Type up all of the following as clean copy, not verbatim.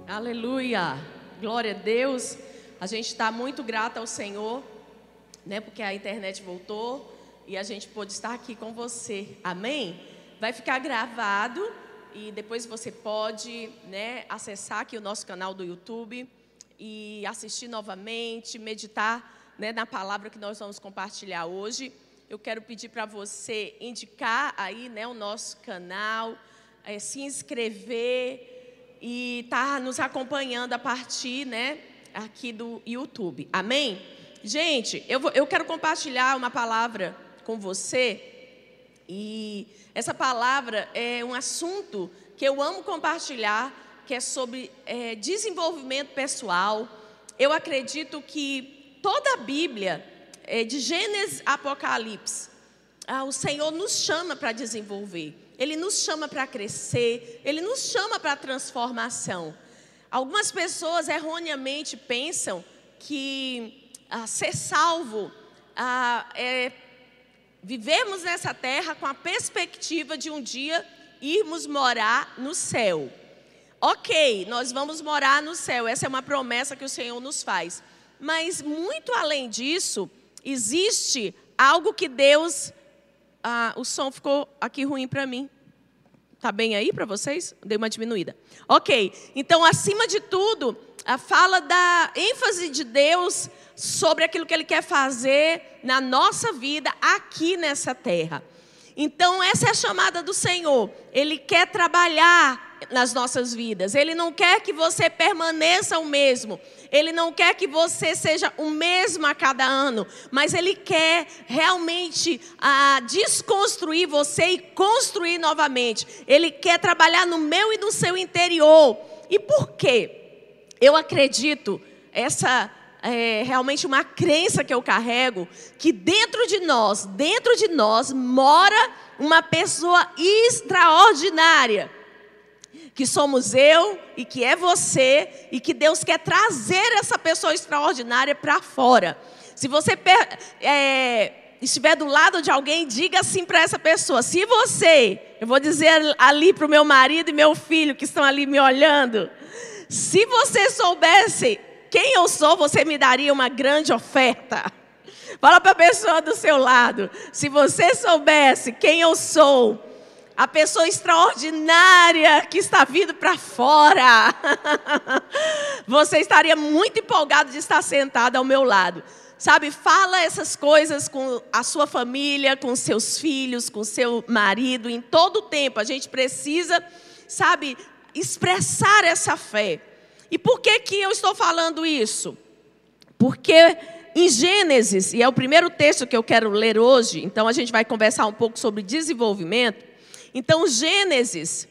Aleluia, glória a Deus. A gente está muito grata ao Senhor, né? Porque a internet voltou e a gente pôde estar aqui com você, amém? Vai ficar gravado e depois você pode, né, acessar aqui o nosso canal do YouTube e assistir novamente, meditar, né, na palavra que nós vamos compartilhar hoje. Eu quero pedir para você indicar aí, né, o nosso canal, se inscrever e tá nos acompanhando a partir, né, aqui do YouTube, amém? Gente, eu quero compartilhar uma palavra com você e essa palavra é um assunto que eu amo compartilhar, que é sobre desenvolvimento pessoal. Eu acredito que toda a Bíblia, de Gênesis a Apocalipse, o Senhor nos chama para desenvolver. Ele nos chama para crescer, Ele nos chama para transformação. Algumas pessoas erroneamente pensam que ser salvo é vivermos nessa terra com a perspectiva de um dia irmos morar no céu. Ok, nós vamos morar no céu, essa é uma promessa que o Senhor nos faz. Mas muito além disso, existe algo que Deus... o som ficou aqui ruim para mim. Tá bem aí para vocês? Dei uma diminuída. Ok, então acima de tudo, fala da ênfase de Deus sobre aquilo que Ele quer fazer na nossa vida aqui nessa terra. Então essa é a chamada do Senhor. Ele quer trabalhar nas nossas vidas. Ele não quer que você permaneça o mesmo. Ele não quer que você seja o mesmo a cada ano, mas Ele quer realmente desconstruir você e construir novamente. Ele quer trabalhar no meu e no seu interior. E por quê? Eu acredito, essa é realmente uma crença que eu carrego, que dentro de nós mora uma pessoa extraordinária. Que somos eu e que é você e que Deus quer trazer essa pessoa extraordinária para fora. Se você estiver do lado de alguém, diga assim para essa pessoa: se você, eu vou dizer ali para o meu marido e meu filho que estão ali me olhando, se você soubesse quem eu sou, você me daria uma grande oferta. Fala para a pessoa do seu lado: se você soubesse quem eu sou, a pessoa extraordinária que está vindo para fora, você estaria muito empolgado de estar sentado ao meu lado. Sabe, fala essas coisas com a sua família, com seus filhos, com seu marido, em todo o tempo. A gente precisa, sabe, expressar essa fé. E por que eu estou falando isso? Porque em Gênesis, e é o primeiro texto que eu quero ler hoje, então a gente vai conversar um pouco sobre desenvolvimento. Então, Gênesis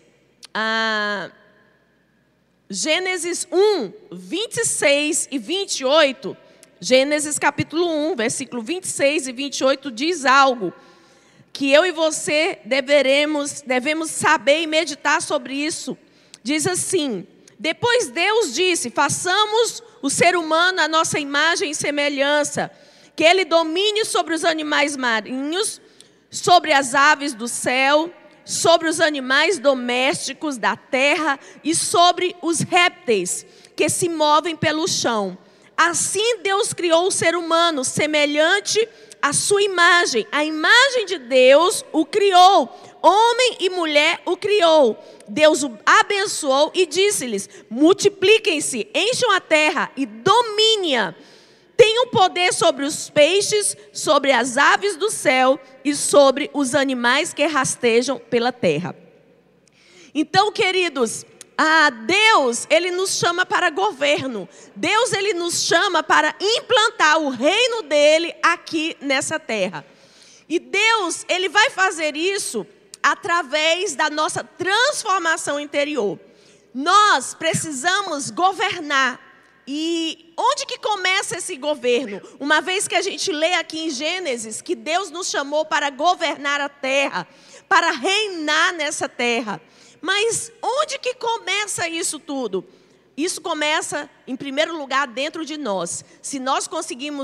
1, 26 e 28, Gênesis capítulo 1, versículo 26 e 28 diz algo que eu e você devemos saber e meditar sobre isso. Diz assim: depois Deus disse: façamos o ser humano à nossa imagem e semelhança, que ele domine sobre os animais marinhos, sobre as aves do céu, sobre os animais domésticos da terra e sobre os répteis que se movem pelo chão. Assim Deus criou o ser humano, semelhante à sua imagem. A imagem de Deus o criou, homem e mulher o criou. Deus o abençoou e disse-lhes: multipliquem-se, encham a terra e dominem-a. Tenham poder sobre os peixes, sobre as aves do céu e sobre os animais que rastejam pela terra. Então, queridos, Deus, Ele nos chama para governo. Deus, Ele nos chama para implantar o reino dEle aqui nessa terra. E Deus, Ele vai fazer isso através da nossa transformação interior. Nós precisamos governar. E onde que começa esse governo? Uma vez que a gente lê aqui em Gênesis que Deus nos chamou para governar a terra, para reinar nessa terra. Mas onde que começa isso tudo? Isso começa, em primeiro lugar, dentro de nós. Se nós conseguimos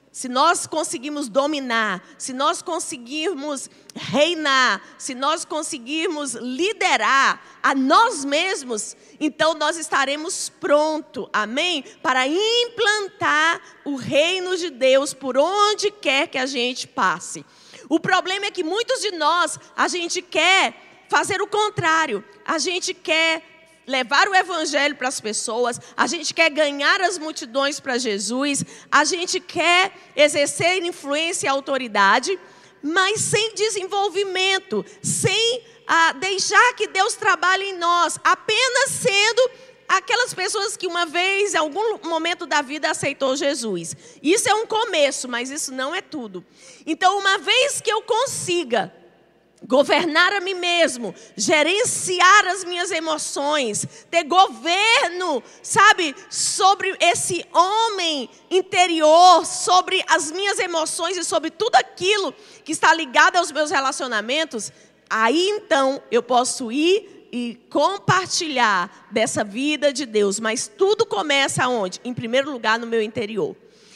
se nós conseguirmos dominar, se nós conseguirmos reinar, se nós conseguirmos liderar a nós mesmos, então nós estaremos prontos, amém? Para implantar o reino de Deus por onde quer que a gente passe. O problema é que muitos de nós, a gente quer fazer o contrário, a gente quer levar o evangelho para as pessoas, a gente quer ganhar as multidões para Jesus, a gente quer exercer influência e autoridade, mas sem desenvolvimento, sem deixar que Deus trabalhe em nós, apenas sendo aquelas pessoas que uma vez, em algum momento da vida, aceitou Jesus. Isso é um começo, mas isso não é tudo. Então, uma vez que eu consiga governar a mim mesmo, gerenciar as minhas emoções, ter governo, sabe, sobre esse homem interior, sobre as minhas emoções e sobre tudo aquilo que está ligado aos meus relacionamentos, aí então eu posso ir e compartilhar dessa vida de Deus. Mas tudo começa onde? Em primeiro lugar, no meu interior.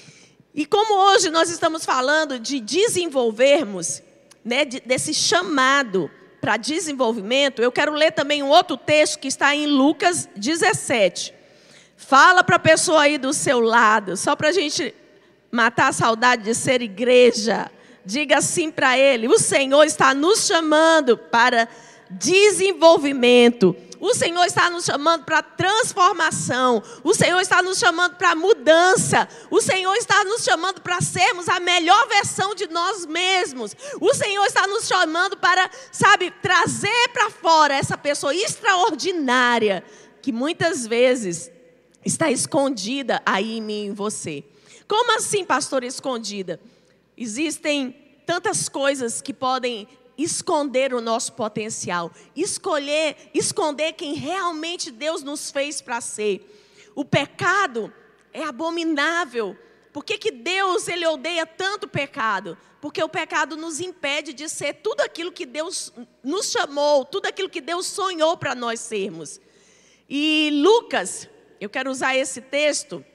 E como hoje nós estamos falando de desenvolvermos, né, desse chamado para desenvolvimento, eu quero ler também um outro texto que está em Lucas 17. Fala para a pessoa aí do seu lado, só para a gente matar a saudade de ser igreja. Diga assim para ele: o Senhor está nos chamando para desenvolvimento. O Senhor está nos chamando para transformação. O Senhor está nos chamando para mudança. O Senhor está nos chamando para sermos a melhor versão de nós mesmos. O Senhor está nos chamando para, sabe, trazer para fora essa pessoa extraordinária que muitas vezes está escondida aí em mim e em você. Como assim, pastora, escondida? Existem tantas coisas que podem esconder o nosso potencial, esconder quem realmente Deus nos fez para ser. O pecado é abominável. Por que Deus ele odeia tanto o pecado? Porque o pecado nos impede de ser tudo aquilo que Deus nos chamou, tudo aquilo que Deus sonhou para nós sermos. E Lucas, eu quero usar esse texto,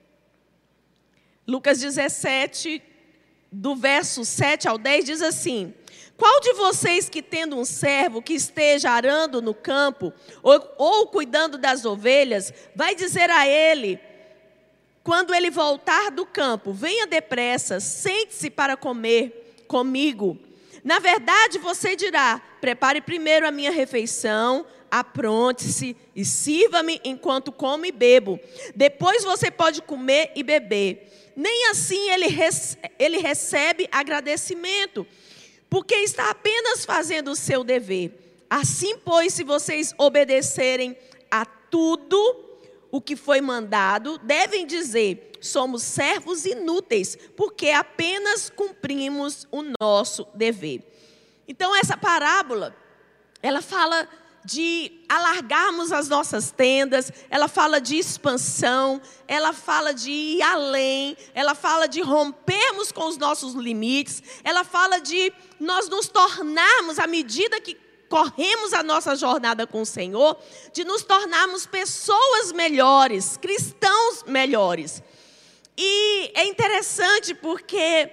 Lucas 17, do verso 7 ao 10, diz assim: qual de vocês que tendo um servo que esteja arando no campo ou cuidando das ovelhas, vai dizer a ele, quando ele voltar do campo, venha depressa, sente-se para comer comigo? Na verdade, você dirá, prepare primeiro a minha refeição, apronte-se e sirva-me enquanto como e bebo. Depois você pode comer e beber. Nem assim ele recebe agradecimento, porque está apenas fazendo o seu dever. Assim, pois, se vocês obedecerem a tudo o que foi mandado, devem dizer, somos servos inúteis, porque apenas cumprimos o nosso dever. Então, essa parábola, ela fala de alargarmos as nossas tendas, ela fala de expansão, ela fala de ir além, ela fala de rompermos com os nossos limites, ela fala de nós nos tornarmos, à medida que corremos a nossa jornada com o Senhor, de nos tornarmos pessoas melhores, cristãos melhores. E é interessante porque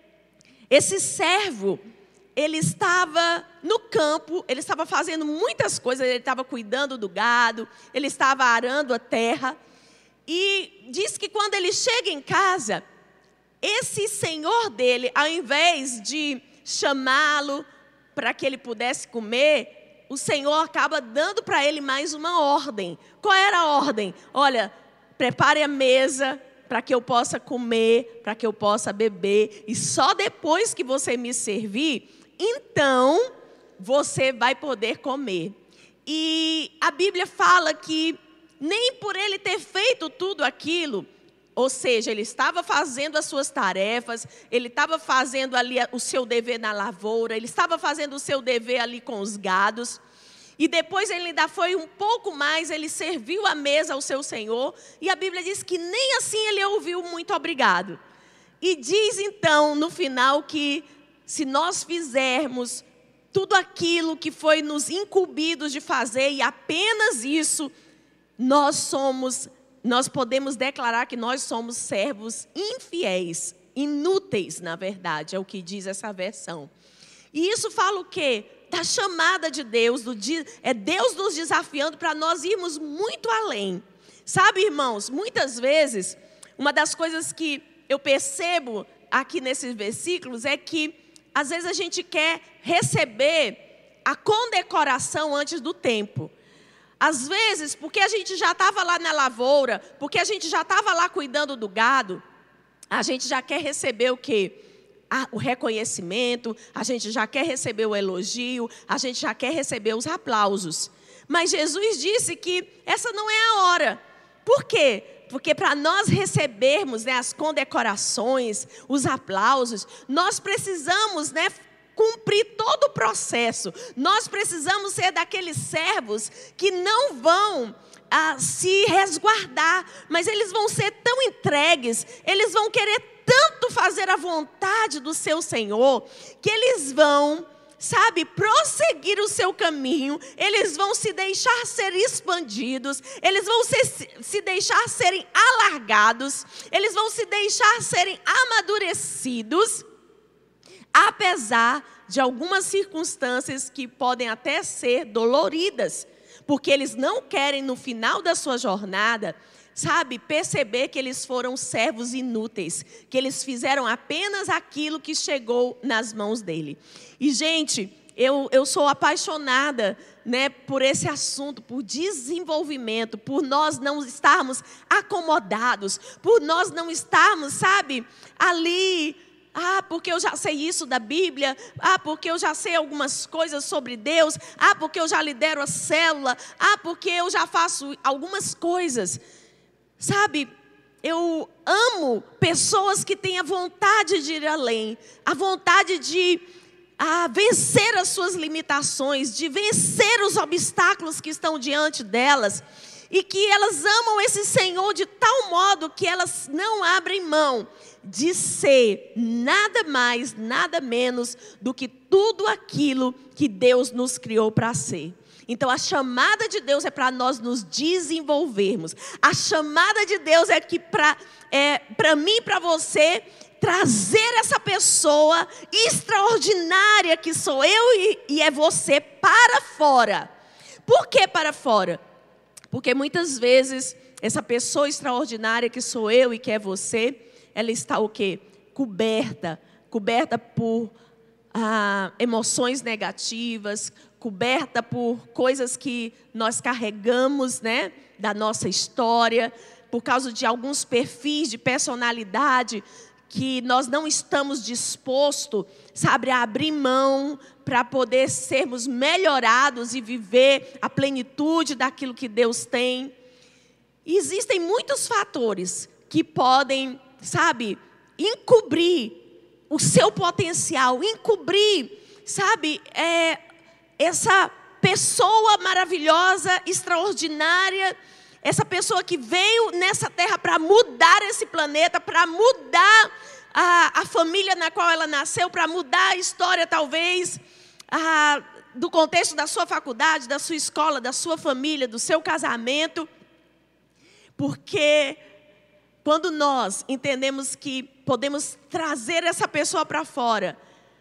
esse servo, ele estava no campo, ele estava fazendo muitas coisas, ele estava cuidando do gado, ele estava arando a terra. E diz que quando ele chega em casa, esse senhor dele, ao invés de chamá-lo para que ele pudesse comer, o Senhor acaba dando para ele mais uma ordem. Qual era a ordem? Olha, prepare a mesa para que eu possa comer, para que eu possa beber, e só depois que você me servir, então você vai poder comer. E a Bíblia fala que nem por ele ter feito tudo aquilo, ou seja, ele estava fazendo as suas tarefas, ele estava fazendo ali o seu dever na lavoura, ele estava fazendo o seu dever ali com os gados, e depois ele ainda foi um pouco mais, ele serviu a mesa ao seu Senhor, e a Bíblia diz que nem assim ele ouviu muito obrigado. E diz então no final que se nós fizermos tudo aquilo que foi nos incumbido de fazer, e apenas isso, nós podemos declarar que nós somos servos infiéis. inúteis, na verdade, é o que diz essa versão. E isso fala o quê? Da chamada de Deus, é Deus nos desafiando para nós irmos muito além. Sabe, irmãos, muitas vezes, uma das coisas que eu percebo aqui nesses versículos é que, às vezes, a gente quer receber a condecoração antes do tempo. Às vezes, porque a gente já estava lá na lavoura, porque a gente já estava lá cuidando do gado, a gente já quer receber o quê? O reconhecimento, a gente já quer receber o elogio, a gente já quer receber os aplausos. Mas Jesus disse que essa não é a hora. Por quê? Porque para nós recebermos, né, as condecorações, os aplausos, nós precisamos, né, cumprir todo o processo. Nós precisamos ser daqueles servos que não vão se resguardar, mas eles vão ser tão entregues, eles vão querer tanto fazer a vontade do seu Senhor, que eles vão, sabe, prosseguir o seu caminho, eles vão se deixar ser expandidos, eles vão se deixar serem alargados, eles vão se deixar serem amadurecidos, apesar de algumas circunstâncias que podem até ser doloridas, porque eles não querem, no final da sua jornada, sabe, perceber que eles foram servos inúteis, que eles fizeram apenas aquilo que chegou nas mãos dele. E, gente, eu sou apaixonada, né, por esse assunto, por desenvolvimento, por nós não estarmos acomodados, por nós não estarmos, sabe, ali... porque eu já sei isso da Bíblia. Porque eu já sei algumas coisas sobre Deus. Porque eu já lidero a célula. Porque eu já faço algumas coisas. Sabe, eu amo pessoas que têm a vontade de ir além. A vontade de vencer as suas limitações, de vencer os obstáculos que estão diante delas. E que elas amam esse Senhor de tal modo que elas não abrem mão de ser nada mais, nada menos do que tudo aquilo que Deus nos criou para ser. Então a chamada de Deus é para nós nos desenvolvermos. A chamada de Deus é que para mim e para você trazer essa pessoa extraordinária que sou eu e é você para fora. Por que para fora? Porque muitas vezes essa pessoa extraordinária que sou eu e que é você, ela está o quê? Coberta por emoções negativas, coberta por coisas que nós carregamos, né, da nossa história, por causa de alguns perfis de personalidade que nós não estamos dispostos, sabe, a abrir mão para poder sermos melhorados e viver a plenitude daquilo que Deus tem. E existem muitos fatores que podem, sabe, encobrir o seu potencial, encobrir, sabe, essa pessoa maravilhosa, extraordinária, essa pessoa que veio nessa terra para mudar esse planeta, para mudar a família na qual ela nasceu, para mudar a história, talvez, do contexto da sua faculdade, da sua escola, da sua família, do seu casamento. Porque quando nós entendemos que podemos trazer essa pessoa para fora,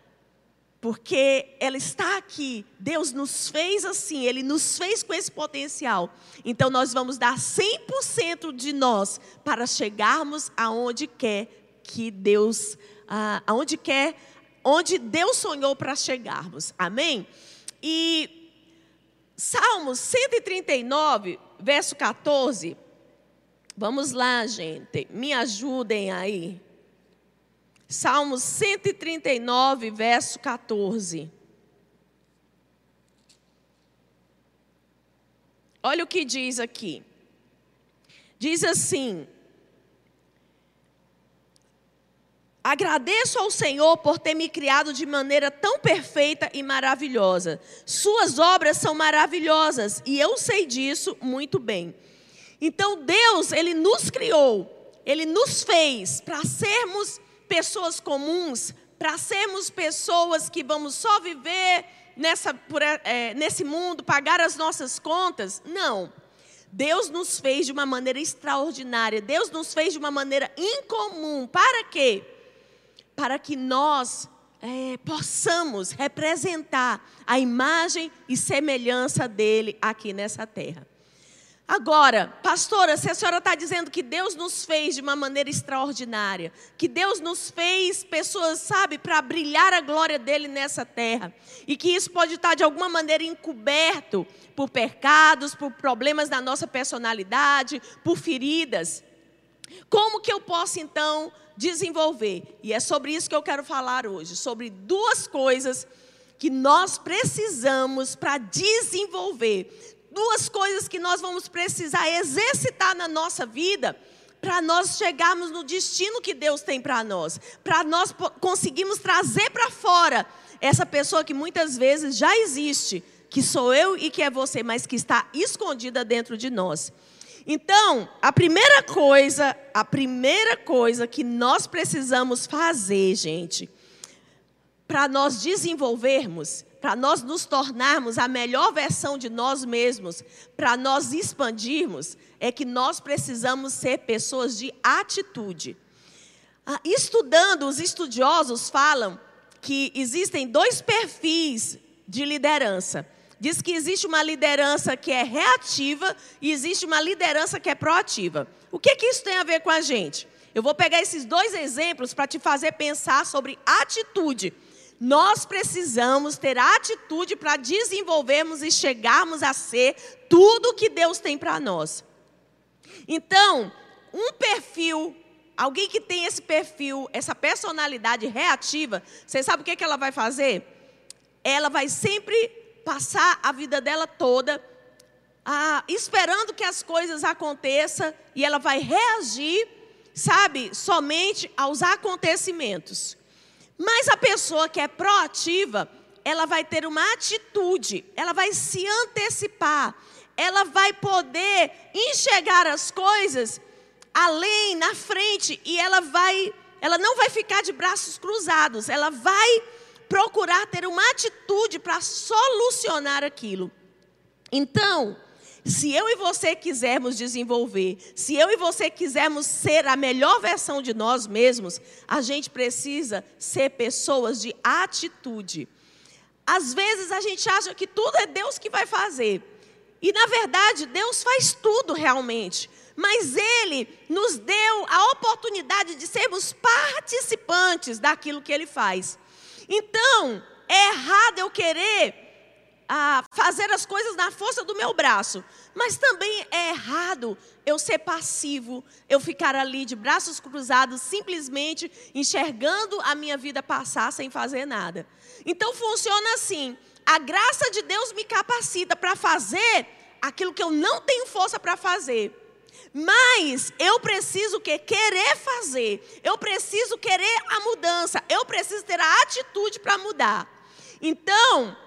porque ela está aqui, Deus nos fez assim, Ele nos fez com esse potencial. Então nós vamos dar 100% de nós para chegarmos aonde quer que Deus, onde Deus sonhou para chegarmos. Amém? E Salmos 139, verso 14. Vamos lá, gente, me ajudem aí. Salmos 139, verso 14. Olha o que diz aqui. Diz assim: agradeço ao Senhor por ter me criado de maneira tão perfeita e maravilhosa. Suas obras são maravilhosas e eu sei disso muito bem. Então Deus, Ele nos criou, Ele nos fez para sermos pessoas comuns, para sermos pessoas que vamos só viver nesse mundo, pagar as nossas contas. Não. Deus nos fez de uma maneira extraordinária. Deus nos fez de uma maneira incomum. Para quê? para que nós possamos representar a imagem e semelhança dele aqui nessa terra. Agora, pastora, se a senhora está dizendo que Deus nos fez de uma maneira extraordinária, que Deus nos fez pessoas, sabe, para brilhar a glória dele nessa terra, e que isso pode estar de alguma maneira encoberto por pecados, por problemas da nossa personalidade, por feridas, como que eu posso então desenvolver? E é sobre isso que eu quero falar hoje, sobre duas coisas que nós precisamos para desenvolver. Duas coisas que nós vamos precisar exercitar na nossa vida para nós chegarmos no destino que Deus tem para nós conseguirmos trazer para fora essa pessoa que muitas vezes já existe, que sou eu e que é você, mas que está escondida dentro de nós. Então, a primeira coisa que nós precisamos fazer, gente, para nós desenvolvermos, para nós nos tornarmos a melhor versão de nós mesmos, para nós expandirmos, é que nós precisamos ser pessoas de atitude. Estudando, os estudiosos falam que existem dois perfis de liderança. Diz que existe uma liderança que é reativa e existe uma liderança que é proativa. O que isso tem a ver com a gente? Eu vou pegar esses dois exemplos para te fazer pensar sobre atitude. Nós precisamos ter atitude para desenvolvermos e chegarmos a ser tudo que Deus tem para nós. Então, um perfil, alguém que tem esse perfil, essa personalidade reativa, você sabe o que ela vai fazer? Ela vai sempre passar a vida dela toda esperando que as coisas aconteçam e ela vai reagir, sabe, somente aos acontecimentos. Mas a pessoa que é proativa, ela vai ter uma atitude, ela vai se antecipar, ela vai poder enxergar as coisas além, na frente, e ela não vai ficar de braços cruzados, ela vai procurar ter uma atitude para solucionar aquilo. Então, se eu e você quisermos desenvolver, se eu e você quisermos ser a melhor versão de nós mesmos, a gente precisa ser pessoas de atitude. Às vezes a gente acha que tudo é Deus que vai fazer. E na verdade, Deus faz tudo realmente. Mas Ele nos deu a oportunidade de sermos participantes daquilo que Ele faz. Então, é errado eu querer fazer as coisas na força do meu braço. Mas também é errado eu ser passivo, eu ficar ali de braços cruzados, simplesmente enxergando a minha vida passar sem fazer nada. Então funciona assim, a graça de Deus me capacita para fazer aquilo que eu não tenho força para fazer. Mas eu preciso querer fazer, eu preciso querer a mudança, eu preciso ter a atitude para mudar. Então,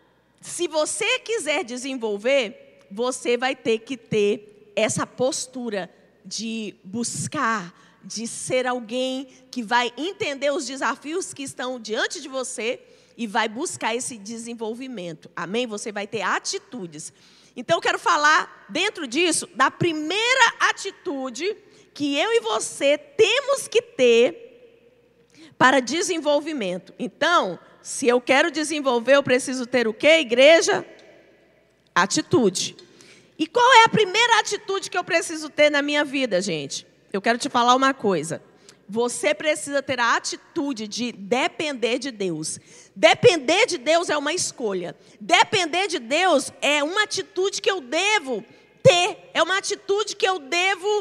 se você quiser desenvolver, você vai ter que ter essa postura de buscar, de ser alguém que vai entender os desafios que estão diante de você e vai buscar esse desenvolvimento. Amém? Você vai ter atitudes. Então, eu quero falar, dentro disso, da primeira atitude que eu e você temos que ter para desenvolvimento. Então, se eu quero desenvolver, eu preciso ter o quê, igreja? Atitude. E qual é a primeira atitude que eu preciso ter na minha vida, gente? Eu quero te falar uma coisa. Você precisa ter a atitude de depender de Deus. Depender de Deus é uma escolha. Depender de Deus é uma atitude que eu devo ter. É uma atitude que eu devo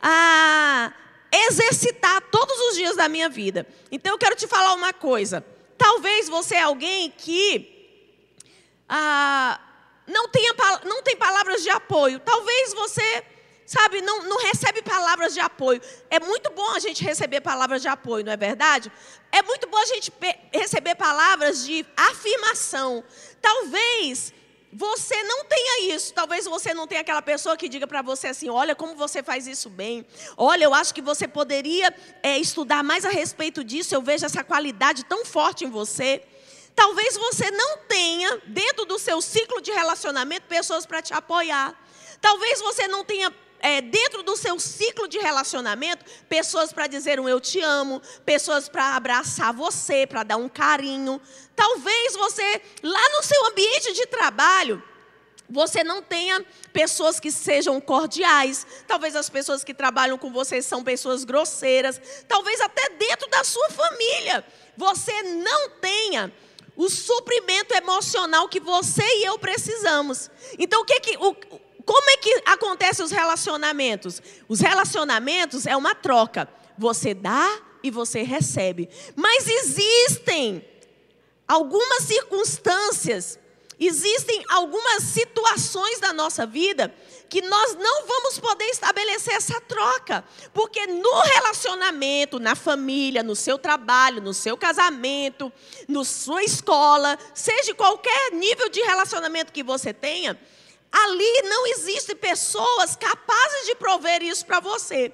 exercitar todos os dias da minha vida. Então eu quero te falar uma coisa. Talvez você é alguém que não tem palavras de apoio. Talvez você, sabe, não recebe palavras de apoio. É muito bom a gente receber palavras de apoio, não é verdade? É muito bom a gente receber palavras de afirmação. Talvez você não tenha isso. Talvez você não tenha aquela pessoa que diga para você assim, olha como você faz isso bem. Olha, eu acho que você poderia estudar mais a respeito disso. Eu vejo essa qualidade tão forte em você. Talvez você não tenha, dentro do seu ciclo de relacionamento, pessoas para te apoiar. Talvez você não tenha dentro do seu ciclo de relacionamento, pessoas para dizer um eu te amo, pessoas para abraçar você, para dar um carinho. Talvez você, lá no seu ambiente de trabalho, você não tenha pessoas que sejam cordiais. Talvez as pessoas que trabalham com você são pessoas grosseiras. Talvez até dentro da sua família você não tenha o suprimento emocional que você e eu precisamos. Então, como é que acontecem os relacionamentos? Os relacionamentos é uma troca. Você dá e você recebe. Mas existem algumas circunstâncias, existem algumas situações da nossa vida que nós não vamos poder estabelecer essa troca. Porque no relacionamento, na família, no seu trabalho, no seu casamento, na sua escola, seja qualquer nível de relacionamento que você tenha, ali não existem pessoas capazes de prover isso para você.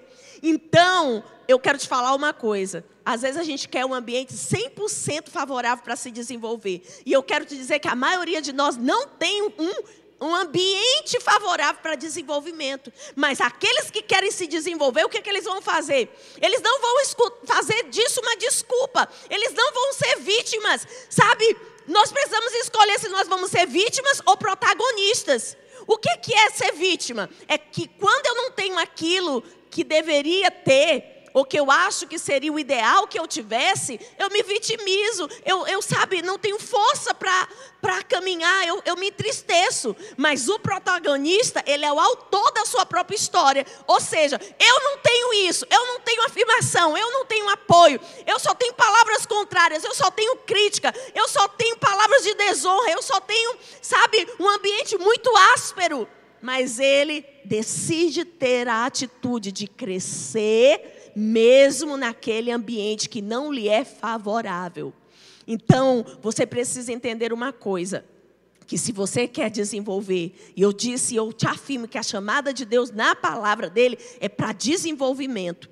Então, eu quero te falar uma coisa. Às vezes a gente quer um ambiente 100% favorável para se desenvolver. E eu quero te dizer que a maioria de nós não tem um ambiente favorável para desenvolvimento. Mas aqueles que querem se desenvolver, o que eles vão fazer? Eles não vão fazer disso uma desculpa. Eles não vão ser vítimas. Sabe, nós precisamos escolher se nós vamos ser vítimas ou protagonistas. O que é ser vítima? É que quando eu não tenho aquilo que deveria ter, ou que eu acho que seria o ideal que eu tivesse, eu me vitimizo, sabe, não tenho força para caminhar, eu me entristeço. Mas o protagonista, ele é o autor da sua própria história. Ou seja, eu não tenho isso, eu não tenho afirmação, eu não tenho apoio, eu só tenho palavras contrárias, eu só tenho crítica, eu só tenho palavras de desonra, eu só tenho, sabe, um ambiente muito áspero. Mas ele decide ter a atitude de crescer, mesmo naquele ambiente que não lhe é favorável. Então, você precisa entender uma coisa, que se você quer desenvolver, e eu te afirmo que a chamada de Deus na palavra dele é para desenvolvimento.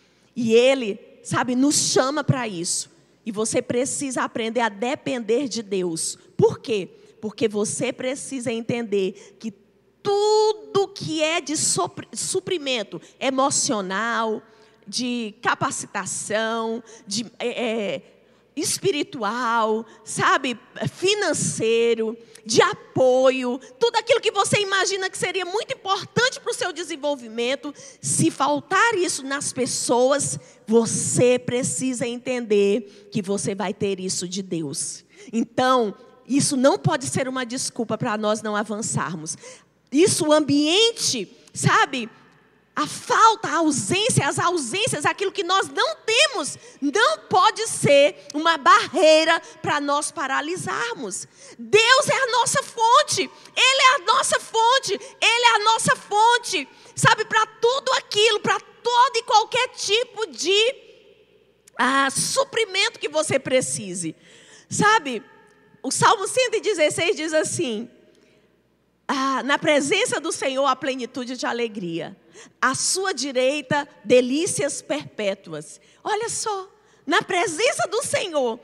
E ele, sabe, nos chama para isso. E você precisa aprender a depender de Deus. Por quê? Porque você precisa entender que tudo que é de suprimento emocional, de capacitação, de espiritual, sabe, financeiro, de apoio, tudo aquilo que você imagina que seria muito importante para o seu desenvolvimento, se faltar isso nas pessoas, você precisa entender que você vai ter isso de Deus. Então, isso não pode ser uma desculpa para nós não avançarmos. Isso, o ambiente, sabe, a falta, a ausência, as ausências, aquilo que nós não temos, não pode ser uma barreira para nós paralisarmos. Deus é a nossa fonte, Ele é a nossa fonte, Ele é a nossa fonte, sabe, para tudo aquilo, para todo e qualquer tipo de suprimento que você precise. Sabe, o Salmo 116 diz assim: na presença do Senhor há plenitude de alegria, à sua direita delícias perpétuas. Olha só, na presença do Senhor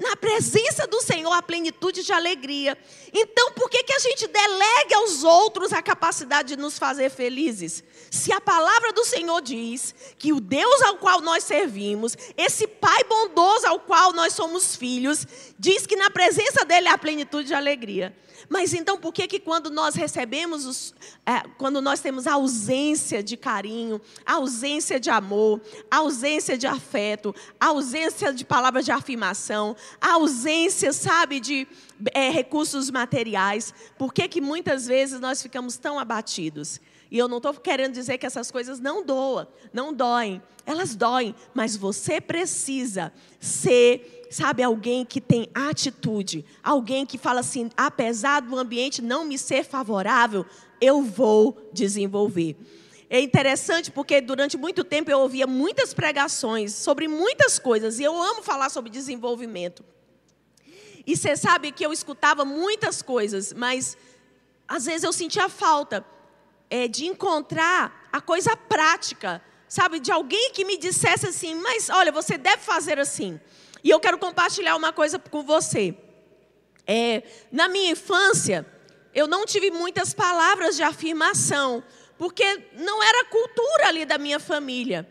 há plenitude de alegria. Então, por que a gente delega aos outros a capacidade de nos fazer felizes? Se a palavra do Senhor diz que o Deus ao qual nós servimos, esse Pai bondoso ao qual nós somos filhos, diz que na presença dele há plenitude de alegria. Mas então por que quando nós recebemos, quando nós temos a ausência de carinho, a ausência de amor, a ausência de afeto, a ausência de palavras de afirmação, a ausência, sabe, de recursos materiais, por que muitas vezes nós ficamos tão abatidos? E eu não estou querendo dizer que essas coisas não doem, elas doem, mas você precisa ser, sabe, alguém que tem atitude, alguém que fala assim: apesar do ambiente não me ser favorável, eu vou desenvolver. É interessante porque durante muito tempo eu ouvia muitas pregações sobre muitas coisas, e eu amo falar sobre desenvolvimento. E você sabe que eu escutava muitas coisas, mas às vezes eu sentia falta de encontrar a coisa prática, sabe, de alguém que me dissesse assim: mas olha, você deve fazer assim. E eu quero compartilhar uma coisa com você. Na minha infância, eu não tive muitas palavras de afirmação, porque não era cultura ali da minha família.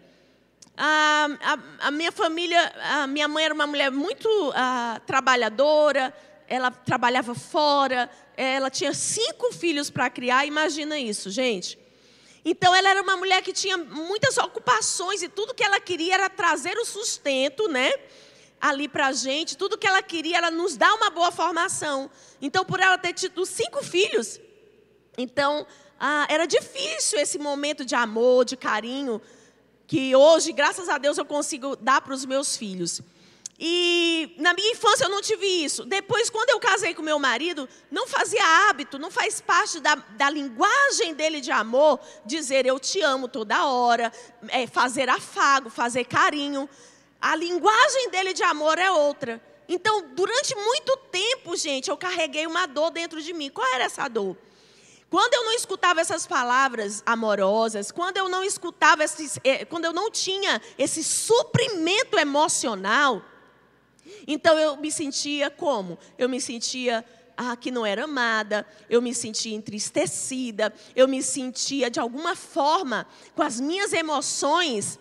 A minha família, a minha mãe era uma mulher muito trabalhadora, ela trabalhava fora, ela tinha 5 filhos para criar, imagina isso, gente. Então, ela era uma mulher que tinha muitas ocupações e tudo que ela queria era trazer o sustento, né, ali para a gente. Tudo que ela queria era nos dar uma boa formação. Então, por ela ter tido 5 filhos, então, era difícil esse momento de amor, de carinho, que hoje, graças a Deus, eu consigo dar para os meus filhos. E na minha infância eu não tive isso. Depois, quando eu casei com meu marido, não fazia hábito, não faz parte da linguagem dele de amor, dizer eu te amo toda hora, fazer afago, fazer carinho. A linguagem dele de amor é outra. Então, durante muito tempo, gente, eu carreguei uma dor dentro de mim. Qual era essa dor? Quando eu não escutava essas palavras amorosas, quando eu não escutava quando eu não tinha esse suprimento emocional, então eu me sentia como? Eu me sentia que não era amada, eu me sentia entristecida, eu me sentia de alguma forma com as minhas emoções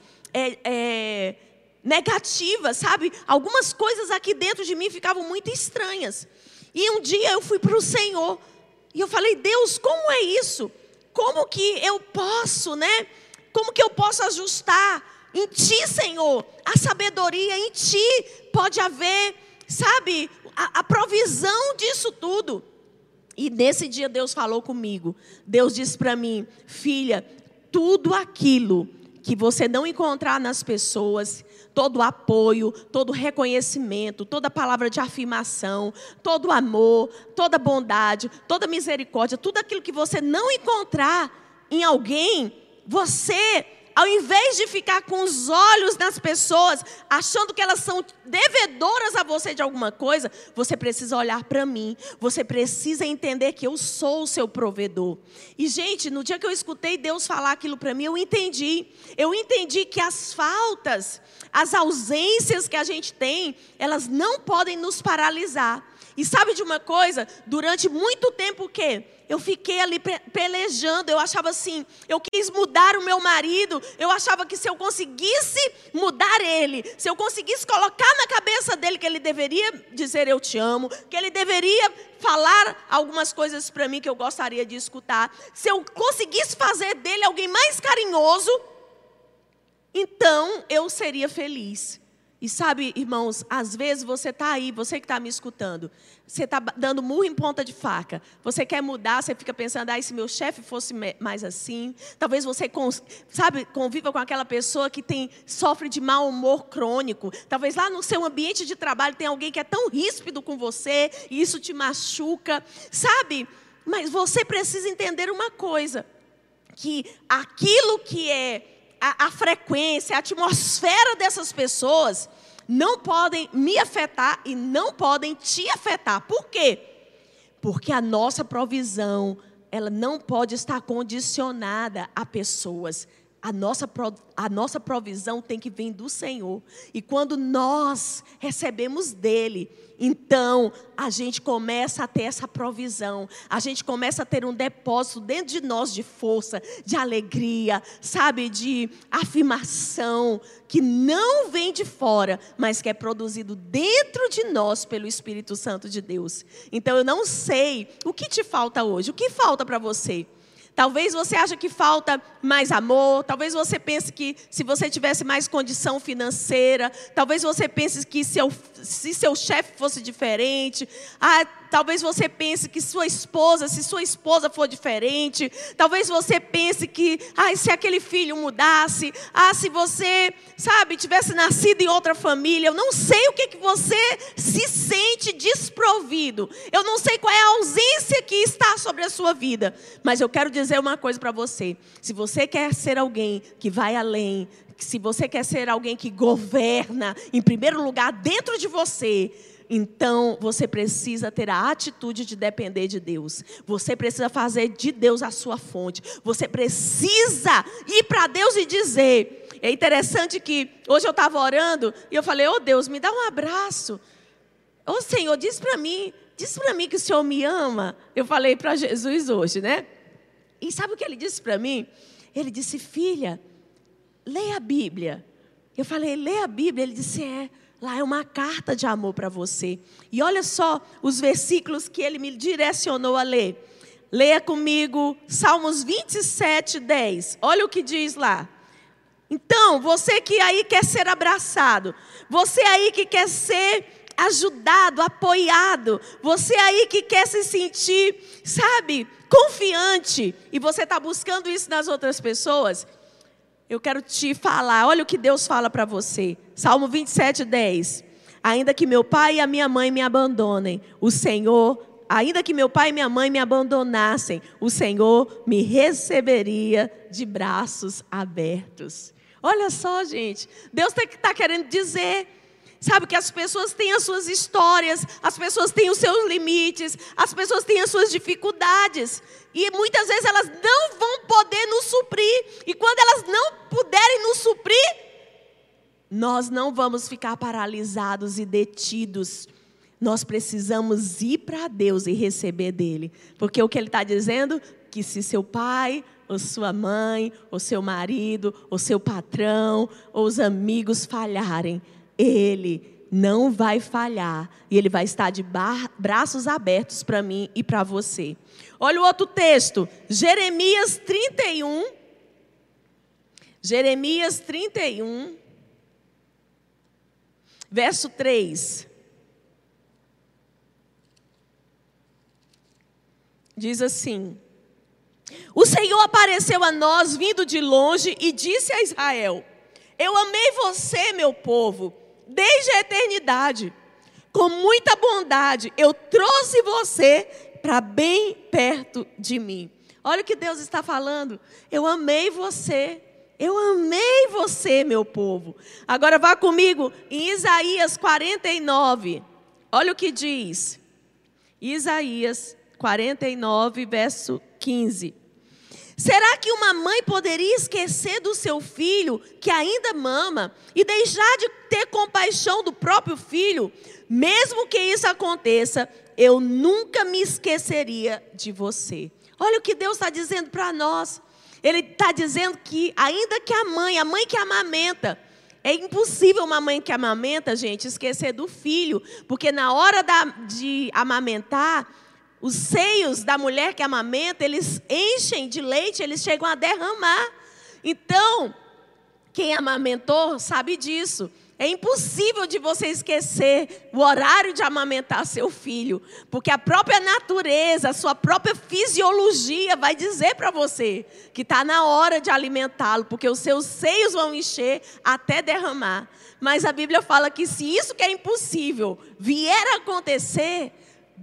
negativas, sabe? Algumas coisas aqui dentro de mim ficavam muito estranhas. E um dia eu fui para o Senhor e eu falei, Deus, como é isso? Como que eu posso, né? Como que eu posso ajustar? Em Ti, Senhor, a sabedoria em Ti pode haver, sabe, a provisão disso tudo. E nesse dia Deus falou comigo. Deus disse para mim, filha, tudo aquilo que você não encontrar nas pessoas, todo o apoio, todo o reconhecimento, toda palavra de afirmação, todo o amor, toda a bondade, toda a misericórdia, tudo aquilo que você não encontrar em alguém, você, ao invés de ficar com os olhos nas pessoas, achando que elas são devedoras a você de alguma coisa, você precisa olhar para mim. Você precisa entender que eu sou o seu provedor. E, gente, no dia que eu escutei Deus falar aquilo para mim, eu entendi. Eu entendi que as faltas, as ausências que a gente tem, elas não podem nos paralisar. E sabe de uma coisa? Durante muito tempo o quê? Eu fiquei ali pelejando, eu achava assim, eu quis mudar o meu marido, eu achava que se eu conseguisse mudar ele, se eu conseguisse colocar na cabeça dele que ele deveria dizer eu te amo, que ele deveria falar algumas coisas para mim que eu gostaria de escutar, se eu conseguisse fazer dele alguém mais carinhoso, então eu seria feliz. E sabe, irmãos, às vezes você está aí, você que está me escutando, você está dando murro em ponta de faca. Você quer mudar, você fica pensando, se meu chefe fosse mais assim. Talvez você, conviva com aquela pessoa que sofre de mau humor crônico. Talvez lá no seu ambiente de trabalho tem alguém que é tão ríspido com você e isso te machuca. Sabe, mas você precisa entender uma coisa, que aquilo que é a frequência, a atmosfera dessas pessoas não podem me afetar e não podem te afetar. Por quê? Porque a nossa provisão, ela não pode estar condicionada a pessoas. A nossa provisão tem que vir do Senhor. E quando nós recebemos dEle, então a gente começa a ter essa provisão. A gente começa a ter um depósito dentro de nós de força, de alegria, sabe, de afirmação, que não vem de fora, mas que é produzido dentro de nós pelo Espírito Santo de Deus. Então eu não sei o que te falta hoje, o que falta para você. Talvez você ache que falta mais amor, talvez você pense que se você tivesse mais condição financeira, talvez você pense que se seu chefe fosse diferente, talvez você pense que se sua esposa for diferente, talvez você pense que se aquele filho mudasse, se você, tivesse nascido em outra família. Eu não sei o que você se sente desprovido, eu não sei qual é a ausência que está sobre a sua vida, mas eu quero dizer uma coisa para você. Se você quer ser alguém que vai além, se você quer ser alguém que governa, em primeiro lugar, dentro de você, então você precisa ter a atitude de depender de Deus. Você precisa fazer de Deus a sua fonte. Você precisa ir para Deus e dizer. É interessante que hoje eu estava orando e eu falei, Deus, me dá um abraço. Senhor, diz para mim que o Senhor me ama. Eu falei para Jesus hoje, né? E sabe o que ele disse para mim? Ele disse, filha, leia a Bíblia. Eu falei, lê a Bíblia. Ele disse, lá é uma carta de amor para você. E olha só os versículos que ele me direcionou a ler. Leia comigo Salmos 27, 10. Olha o que diz lá. Então, você que aí quer ser abraçado, você aí que quer ser ajudado, apoiado, você aí que quer se sentir, sabe, confiante, e você está buscando isso nas outras pessoas, eu quero te falar, olha o que Deus fala para você. Salmo 27, 10. Ainda que meu pai e a minha mãe me abandonem, ainda que meu pai e minha mãe me abandonassem, o Senhor me receberia de braços abertos. Olha só, gente, Deus está querendo dizer, sabe, que as pessoas têm as suas histórias, as pessoas têm os seus limites, as pessoas têm as suas dificuldades. E muitas vezes elas não vão poder nos suprir. E quando elas não puderem nos suprir, nós não vamos ficar paralisados e detidos. Nós precisamos ir para Deus e receber dele. Porque o que ele está dizendo? Que se seu pai, ou sua mãe, ou seu marido, ou seu patrão, ou os amigos falharem, ele não vai falhar. E ele vai estar de braços abertos para mim e para você. Olha o outro texto. Jeremias 31. Jeremias 31. Verso 3. Diz assim: o Senhor apareceu a nós vindo de longe e disse a Israel: eu amei você, meu povo, desde a eternidade. Com muita bondade eu trouxe você para bem perto de mim. Olha o que Deus está falando. Eu amei você. Eu amei você, meu povo. Agora vá comigo em Isaías 49. Olha o que diz. Isaías 49, verso 15. Será que uma mãe poderia esquecer do seu filho que ainda mama e deixar de ter compaixão do próprio filho? Mesmo que isso aconteça, eu nunca me esqueceria de você. Olha o que Deus está dizendo para nós. Ele está dizendo que ainda que a mãe que amamenta, é impossível uma mãe que amamenta, gente, esquecer do filho. Porque na hora de amamentar, os seios da mulher que amamenta, eles enchem de leite, eles chegam a derramar. Então, quem amamentou sabe disso. É impossível de você esquecer o horário de amamentar seu filho. Porque a própria natureza, a sua própria fisiologia vai dizer para você que está na hora de alimentá-lo. Porque os seus seios vão encher até derramar. Mas a Bíblia fala que se isso que é impossível vier a acontecer,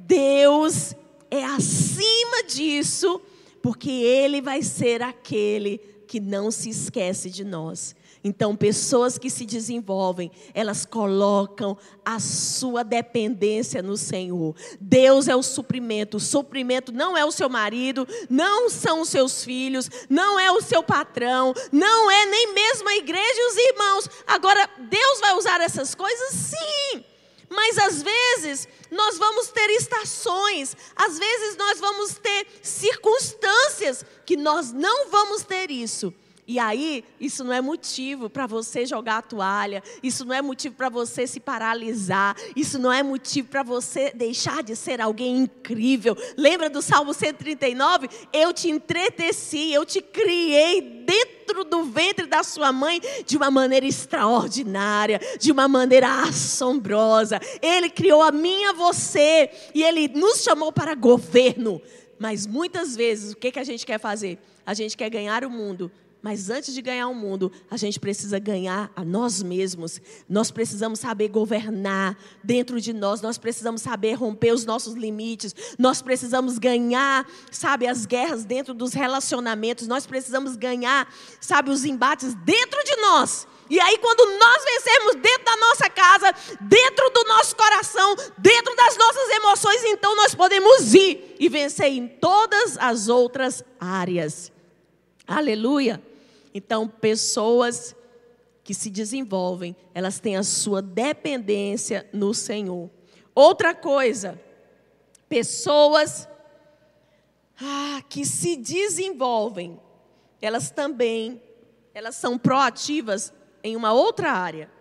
Deus é acima disso, porque Ele vai ser aquele que não se esquece de nós. Então, pessoas que se desenvolvem, elas colocam a sua dependência no Senhor. Deus é o suprimento não é o seu marido, não são os seus filhos, não é o seu patrão, não é nem mesmo a igreja e os irmãos. Agora, Deus vai usar essas coisas? Sim. Mas às vezes nós vamos ter estações, às vezes nós vamos ter circunstâncias que nós não vamos ter isso. E aí, isso não é motivo para você jogar a toalha, isso não é motivo para você se paralisar, isso não é motivo para você deixar de ser alguém incrível. Lembra do Salmo 139? Eu te entreteci, eu te criei dentro do ventre da sua mãe de uma maneira extraordinária, de uma maneira assombrosa. Ele criou a mim e a você, e Ele nos chamou para governo. Mas muitas vezes, o que a gente quer fazer? A gente quer ganhar o mundo. Mas antes de ganhar o mundo, a gente precisa ganhar a nós mesmos. Nós precisamos saber governar dentro de nós. Nós precisamos saber romper os nossos limites. Nós precisamos ganhar, sabe, as guerras dentro dos relacionamentos. Nós precisamos ganhar, sabe, os embates dentro de nós. E aí quando nós vencermos dentro da nossa casa, dentro do nosso coração, dentro das nossas emoções, então nós podemos ir e vencer em todas as outras áreas. Aleluia! Então, pessoas que se desenvolvem, elas têm a sua dependência no Senhor. Outra coisa, pessoas que se desenvolvem, elas são proativas em uma outra área.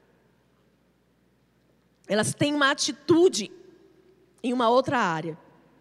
Elas têm uma atitude em uma outra área.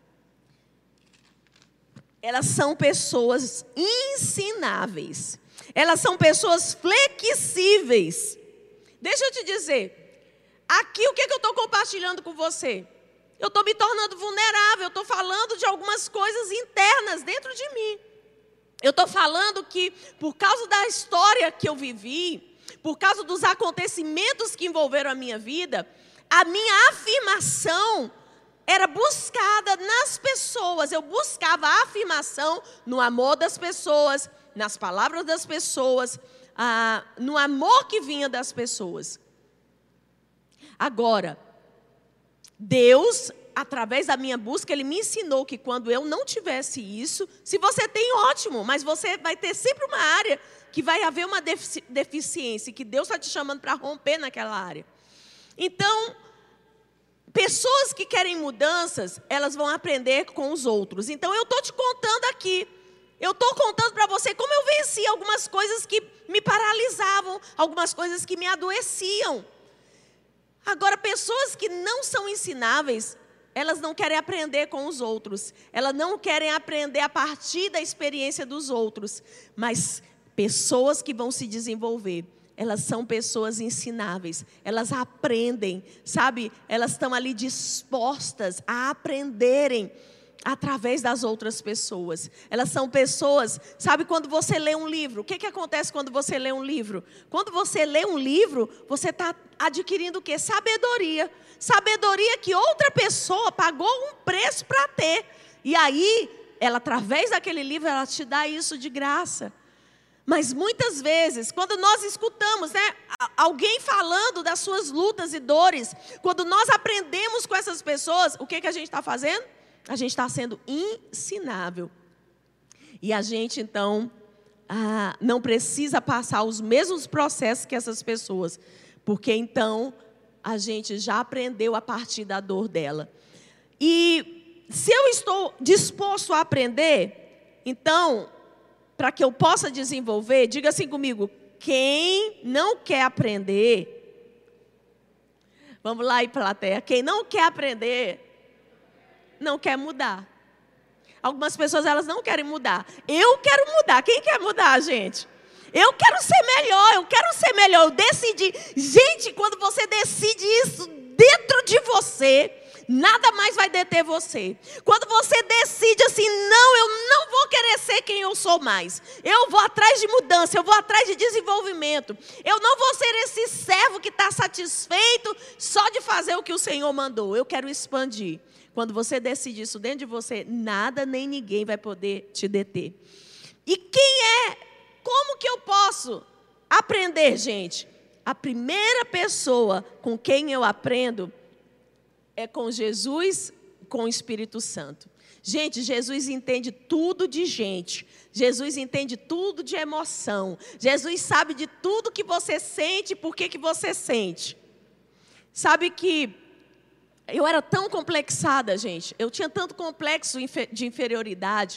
Elas são pessoas ensináveis. Elas são pessoas flexíveis. Deixa eu te dizer, aqui o que eu estou compartilhando com você? Eu estou me tornando vulnerável, eu estou falando de algumas coisas internas dentro de mim. Eu estou falando que por causa da história que eu vivi, por causa dos acontecimentos que envolveram a minha vida, a minha afirmação era buscada nas pessoas. Eu buscava a afirmação no amor das pessoas, nas palavras das pessoas, no amor que vinha das pessoas. Agora, Deus, através da minha busca, Ele me ensinou que quando eu não tivesse isso, se você tem, ótimo, mas você vai ter sempre uma área que vai haver uma deficiência, que Deus está te chamando para romper naquela área. Então, pessoas que querem mudanças, elas vão aprender com os outros. Então, eu estou te contando aqui. Eu estou contando para você como eu venci algumas coisas que me paralisavam, algumas coisas que me adoeciam. Agora, pessoas que não são ensináveis, elas não querem aprender com os outros. Elas não querem aprender a partir da experiência dos outros. Mas pessoas que vão se desenvolver, elas são pessoas ensináveis. Elas aprendem, sabe? Elas estão ali dispostas a aprenderem através das outras pessoas. Elas são pessoas, sabe, quando você lê um livro, o que acontece quando você lê um livro? Quando você lê um livro, você está adquirindo o quê? Sabedoria. Sabedoria que outra pessoa pagou um preço para ter. E aí, ela, através daquele livro, ela te dá isso de graça. Mas muitas vezes, quando nós escutamos, alguém falando das suas lutas e dores, quando nós aprendemos com essas pessoas, o que a gente está fazendo? A gente está sendo ensinável. E a gente, então, não precisa passar os mesmos processos que essas pessoas. Porque, então, a gente já aprendeu a partir da dor dela. E se eu estou disposto a aprender, então, para que eu possa desenvolver, diga assim comigo, quem não quer aprender, vamos lá, plateia, quem não quer aprender, não quer mudar. Algumas pessoas, elas não querem mudar. Eu quero mudar. Quem quer mudar, gente? Eu quero ser melhor, eu decidi. Gente, quando você decide isso dentro de você, nada mais vai deter você. Quando você decide assim, não, eu não vou querer ser quem eu sou mais. Eu vou atrás de mudança, eu vou atrás de desenvolvimento. Eu não vou ser esse servo que está satisfeito só de fazer o que o Senhor mandou. Eu quero expandir. Quando você decide isso dentro de você, nada nem ninguém vai poder te deter. E como que eu posso aprender, gente? A primeira pessoa com quem eu aprendo é com Jesus, com o Espírito Santo. Gente, Jesus entende tudo de gente. Jesus entende tudo de emoção. Jesus sabe de tudo que você sente e por que você sente. Sabe que eu era tão complexada, gente. Eu tinha tanto complexo de inferioridade.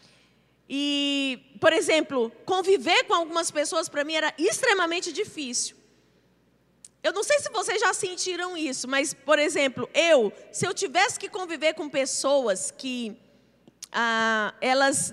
E, por exemplo, conviver com algumas pessoas para mim era extremamente difícil. Eu não sei se vocês já sentiram isso, mas, por exemplo, se eu tivesse que conviver com pessoas que elas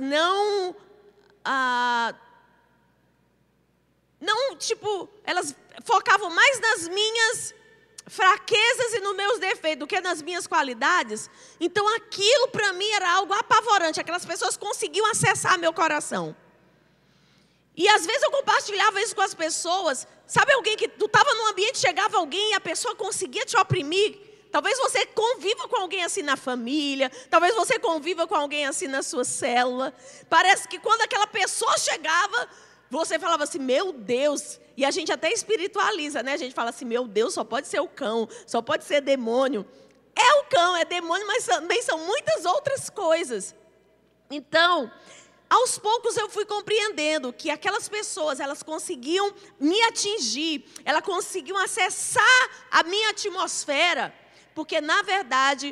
elas focavam mais nas minhas fraquezas e nos meus defeitos do que nas minhas qualidades, então aquilo para mim era algo apavorante. Aquelas pessoas conseguiam acessar meu coração. E às vezes eu compartilhava isso com as pessoas. Sabe, alguém que tu estava num ambiente, chegava alguém e a pessoa conseguia te oprimir. Talvez você conviva com alguém assim na família, talvez você conviva com alguém assim na sua célula. Parece que quando aquela pessoa chegava, você falava assim, meu Deus. E a gente até espiritualiza, né? A gente fala assim, meu Deus, só pode ser o cão, só pode ser demônio. É o cão, é demônio, mas também são muitas outras coisas. Então, aos poucos eu fui compreendendo que aquelas pessoas, elas conseguiam me atingir, elas conseguiam acessar a minha atmosfera, porque na verdade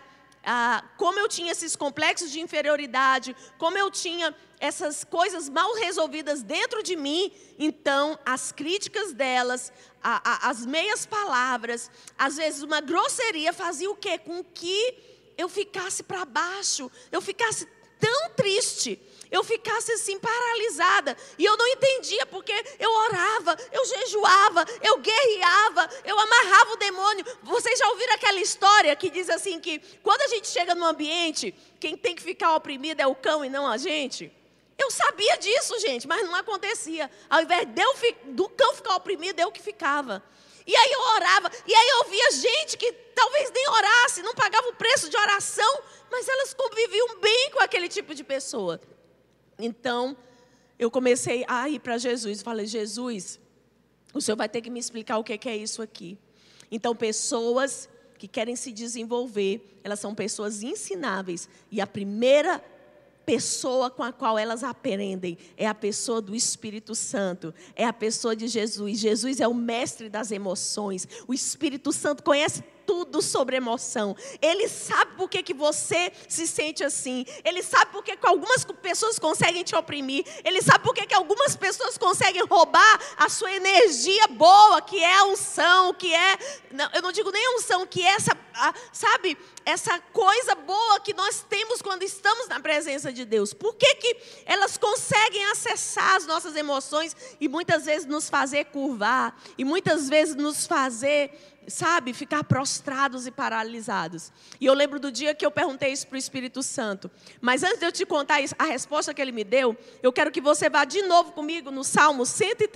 como eu tinha esses complexos de inferioridade, como eu tinha essas coisas mal resolvidas dentro de mim, então as críticas delas, as meias palavras, às vezes uma grosseria fazia o quê? Com que eu ficasse para baixo, eu ficasse tão triste, eu ficasse assim paralisada, e eu não entendia porque eu orava, eu jejuava, eu guerreava, eu amarrava o demônio. Vocês já ouviram aquela história que diz assim que quando a gente chega no ambiente, quem tem que ficar oprimido é o cão e não a gente? Eu sabia disso, gente, mas não acontecia. Ao invés do cão ficar oprimido, eu que ficava. E aí eu orava, e aí eu via gente que talvez nem orasse, não pagava o preço de oração, mas elas conviviam bem com aquele tipo de pessoa. Então, eu comecei a ir para Jesus, falei, Jesus, o Senhor vai ter que me explicar o que é isso aqui. Então, pessoas que querem se desenvolver, elas são pessoas ensináveis, e a primeira pessoa com a qual elas aprendem é a pessoa do Espírito Santo, é a pessoa de Jesus. Jesus é o mestre das emoções, o Espírito Santo conhece tudo sobre emoção. Ele sabe por que você se sente assim. Ele sabe por que algumas pessoas conseguem te oprimir. Ele sabe por que algumas pessoas conseguem roubar a sua energia boa, que é a unção, que é... Não, eu não digo nem a unção, que é essa, sabe, essa coisa boa que nós temos quando estamos na presença de Deus. Por que elas conseguem acessar as nossas emoções e muitas vezes nos fazer curvar, e muitas vezes nos fazer, sabe, ficar prostrados e paralisados? E eu lembro do dia que eu perguntei isso para o Espírito Santo. Mas antes de eu te contar isso, a resposta que ele me deu, eu quero que você vá de novo comigo no Salmo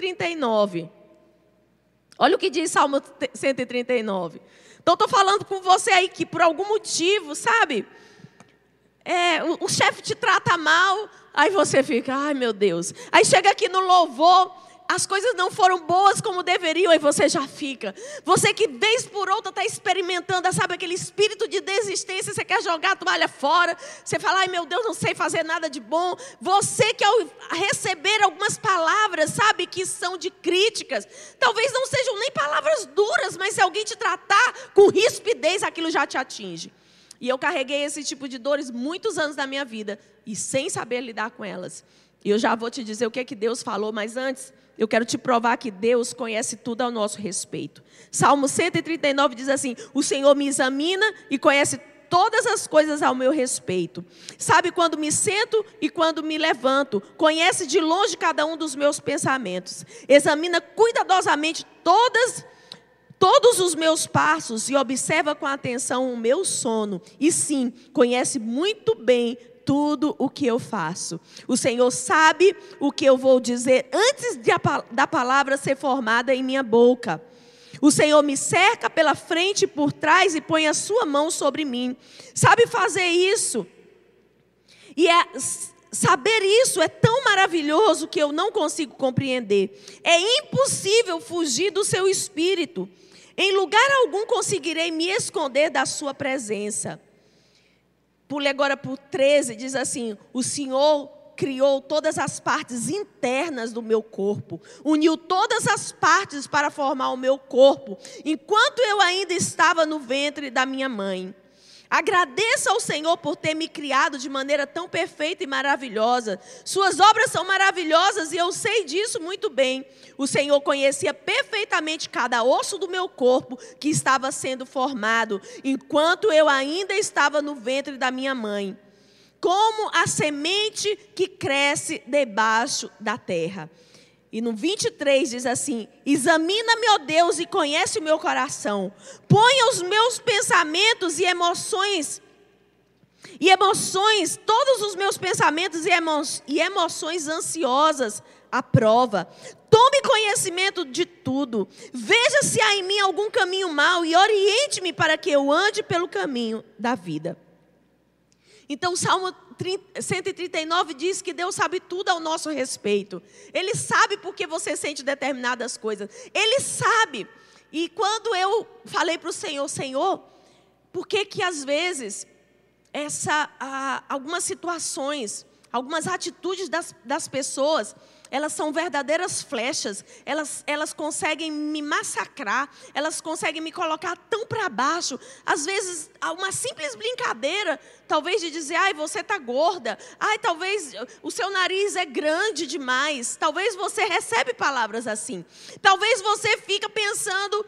139. Olha o que diz Salmo 139. Então, estou falando com você aí que por algum motivo, sabe, o chefe te trata mal, aí você fica, ai meu Deus. Aí chega aqui no louvor, as coisas não foram boas como deveriam, aí você já fica. Você que vez por outra está experimentando, sabe, aquele espírito de desistência, você quer jogar a toalha fora, você fala, ai meu Deus, não sei fazer nada de bom. Você que ao receber algumas palavras, sabe, que são de críticas, talvez não sejam nem palavras duras, mas se alguém te tratar com rispidez, aquilo já te atinge. E eu carreguei esse tipo de dores muitos anos da minha vida, e sem saber lidar com elas. E eu já vou te dizer o que Deus falou, mas antes, eu quero te provar que Deus conhece tudo ao nosso respeito. Salmo 139 diz assim, o Senhor me examina e conhece todas as coisas ao meu respeito. Sabe quando me sento e quando me levanto. Conhece de longe cada um dos meus pensamentos. Examina cuidadosamente todos os meus passos e observa com atenção o meu sono. E sim, conhece muito bem tudo o que eu faço. O Senhor sabe o que eu vou dizer antes da palavra ser formada em minha boca. O Senhor me cerca pela frente e por trás e põe a sua mão sobre mim. Sabe fazer isso? E saber isso é tão maravilhoso que eu não consigo compreender. É impossível fugir do seu espírito. Em lugar algum conseguirei me esconder da sua presença. Pule agora por 13, diz assim, o Senhor criou todas as partes internas do meu corpo, uniu todas as partes para formar o meu corpo, enquanto eu ainda estava no ventre da minha mãe. Agradeça ao Senhor por ter me criado de maneira tão perfeita e maravilhosa. Suas obras são maravilhosas e eu sei disso muito bem. O Senhor conhecia perfeitamente cada osso do meu corpo que estava sendo formado, enquanto eu ainda estava no ventre da minha mãe. Como a semente que cresce debaixo da terra. E no 23 diz assim, examina-me, ó Deus, e conhece o meu coração. Ponha os meus pensamentos e emoções, todos os meus pensamentos e emoções ansiosas à prova. Tome conhecimento de tudo. Veja se há em mim algum caminho mau e oriente-me para que eu ande pelo caminho da vida. Então, o Salmo 139 diz que Deus sabe tudo ao nosso respeito. Ele sabe por que você sente determinadas coisas. Ele sabe. E quando eu falei para o Senhor, Senhor, por que às vezes algumas situações, algumas atitudes das pessoas, elas são verdadeiras flechas, elas conseguem me massacrar, elas conseguem me colocar tão para baixo. Às vezes, uma simples brincadeira, talvez de dizer, ai, você está gorda, ai, talvez o seu nariz é grande demais, talvez você recebe palavras assim, talvez você fica pensando,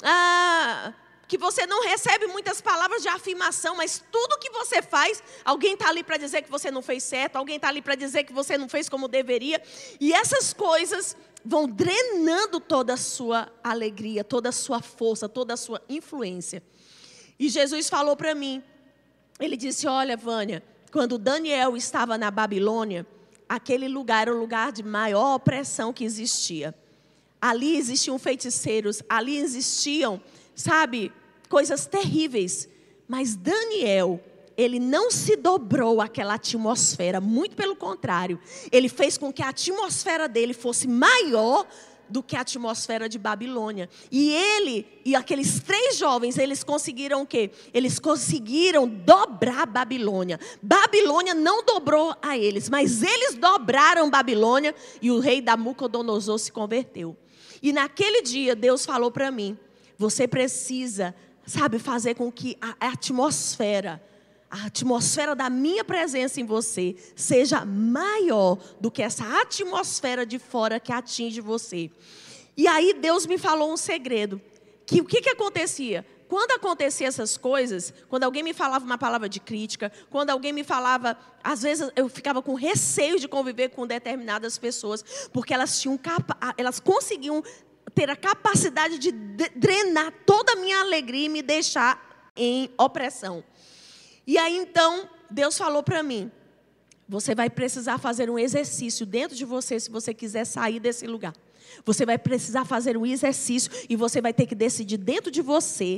que você não recebe muitas palavras de afirmação, mas tudo que você faz, alguém está ali para dizer que você não fez certo, alguém está ali para dizer que você não fez como deveria, e essas coisas vão drenando toda a sua alegria, toda a sua força, toda a sua influência. E Jesus falou para mim, ele disse, olha, Vânia, quando Daniel estava na Babilônia, aquele lugar era o lugar de maior opressão que existia. Ali existiam feiticeiros, ali existiam, sabe, coisas terríveis. Mas Daniel, ele não se dobrou àquela atmosfera, muito pelo contrário. Ele fez com que a atmosfera dele fosse maior do que a atmosfera de Babilônia. E ele e aqueles 3 jovens, eles conseguiram o quê? Eles conseguiram dobrar Babilônia. Babilônia não dobrou a eles, mas eles dobraram Babilônia e o rei Nabucodonosor se converteu. E naquele dia Deus falou para mim, você precisa, sabe, fazer com que a atmosfera da minha presença em você seja maior do que essa atmosfera de fora que atinge você. E aí Deus me falou um segredo, que o que acontecia? Quando acontecia essas coisas, quando alguém me falava uma palavra de crítica, quando alguém me falava, às vezes eu ficava com receio de conviver com determinadas pessoas, porque elas conseguiam ter a capacidade de drenar toda a minha alegria e me deixar em opressão. E aí então, Deus falou para mim, você vai precisar fazer um exercício dentro de você se você quiser sair desse lugar. Você vai precisar fazer um exercício e você vai ter que decidir dentro de você,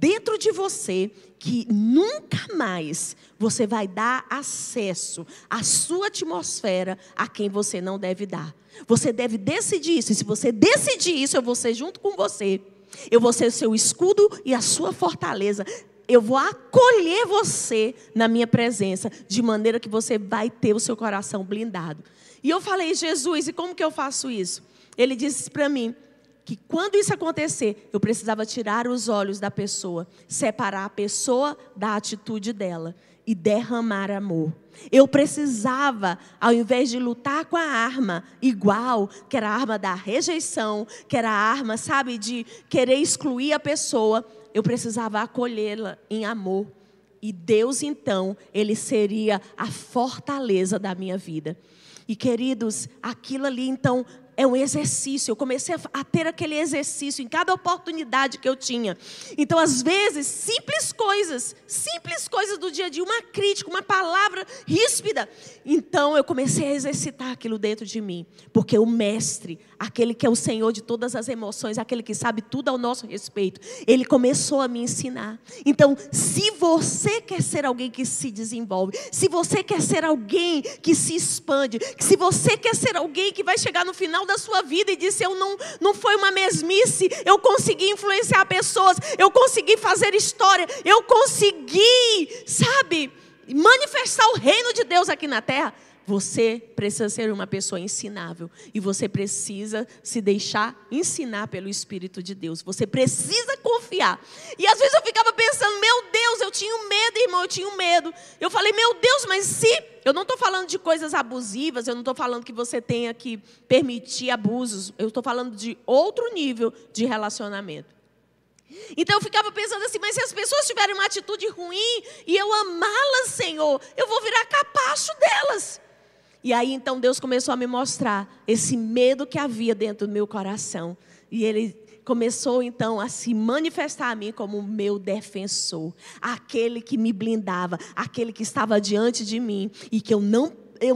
que nunca mais você vai dar acesso à sua atmosfera a quem você não deve dar. Você deve decidir isso. E se você decidir isso, eu vou ser junto com você. Eu vou ser o seu escudo e a sua fortaleza. Eu vou acolher você na minha presença, de maneira que você vai ter o seu coração blindado. E eu falei, Jesus, e como que eu faço isso? Ele disse para mim que quando isso acontecer, eu precisava tirar os olhos da pessoa, separar a pessoa da atitude dela e derramar amor. Eu precisava, ao invés de lutar com a arma igual, que era a arma da rejeição, que era a arma, sabe, de querer excluir a pessoa, eu precisava acolhê-la em amor. E Deus, então, Ele seria a fortaleza da minha vida. E, queridos, aquilo ali, então, é um exercício. Eu comecei a ter aquele exercício em cada oportunidade que eu tinha. Então, às vezes, simples coisas do dia a dia, uma crítica, uma palavra ríspida. Então, eu comecei a exercitar aquilo dentro de mim. Porque o mestre, aquele que é o Senhor de todas as emoções, aquele que sabe tudo ao nosso respeito, Ele começou a me ensinar. Então, se você quer ser alguém que se desenvolve, se você quer ser alguém que se expande, se você quer ser alguém que vai chegar no final da sua vida e dizer, não foi uma mesmice, eu consegui influenciar pessoas, eu consegui fazer história, eu consegui, sabe, manifestar o reino de Deus aqui na terra. Você precisa ser uma pessoa ensinável. E você precisa se deixar ensinar pelo Espírito de Deus. Você precisa confiar. E às vezes eu ficava pensando, meu Deus, eu tinha medo, irmão, eu tinha medo. Eu falei, meu Deus, mas se... Eu não estou falando de coisas abusivas, eu não estou falando que você tenha que permitir abusos. Eu estou falando de outro nível de relacionamento. Então eu ficava pensando assim, mas se as pessoas tiverem uma atitude ruim e eu amá-las, Senhor, eu vou virar capacho delas. E aí então Deus começou a me mostrar esse medo que havia dentro do meu coração. E Ele começou então a se manifestar a mim como o meu defensor. Aquele que me blindava, aquele que estava diante de mim e que eu não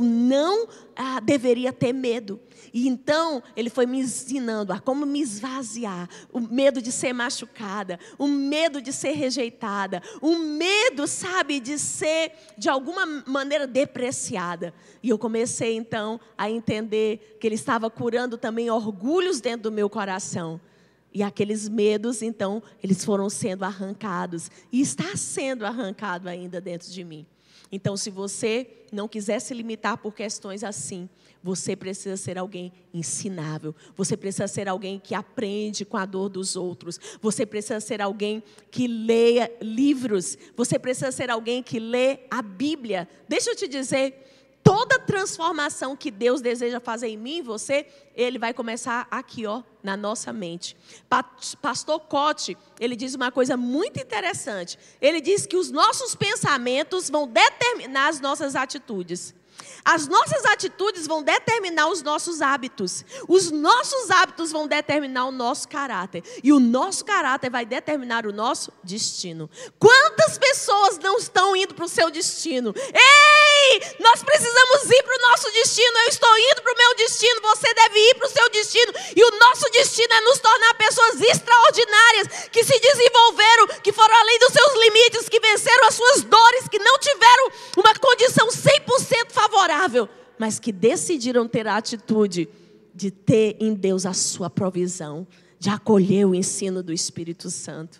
deveria ter medo. E então Ele foi me ensinando a como me esvaziar. O medo de ser machucada, o medo de ser rejeitada, o medo, sabe, de ser de alguma maneira depreciada. E eu comecei então a entender que Ele estava curando também orgulhos dentro do meu coração. E aqueles medos, então, eles foram sendo arrancados. E está sendo arrancado ainda dentro de mim. Então, se você não quiser se limitar por questões assim, você precisa ser alguém ensinável. Você precisa ser alguém que aprende com a dor dos outros. Você precisa ser alguém que leia livros. Você precisa ser alguém que lê a Bíblia. Deixa eu te dizer, toda transformação que Deus deseja fazer em mim e você, Ele vai começar aqui, ó, na nossa mente. Pastor Cote, ele diz uma coisa muito interessante. Ele diz que os nossos pensamentos vão determinar as nossas atitudes. As nossas atitudes vão determinar os nossos hábitos. Os nossos hábitos vão determinar o nosso caráter. E o nosso caráter vai determinar o nosso destino. Quantas pessoas não estão indo para o seu destino? Ei, nós precisamos ir para o nosso destino. Eu estou indo para o meu destino. Você deve ir para o seu destino. E o nosso destino é nos tornar pessoas extraordinárias, que se desenvolveram, que foram além dos seus limites, que venceram as suas dores, que não tiveram uma condição 100% favorável, mas que decidiram ter a atitude de ter em Deus a sua provisão, de acolher o ensino do Espírito Santo.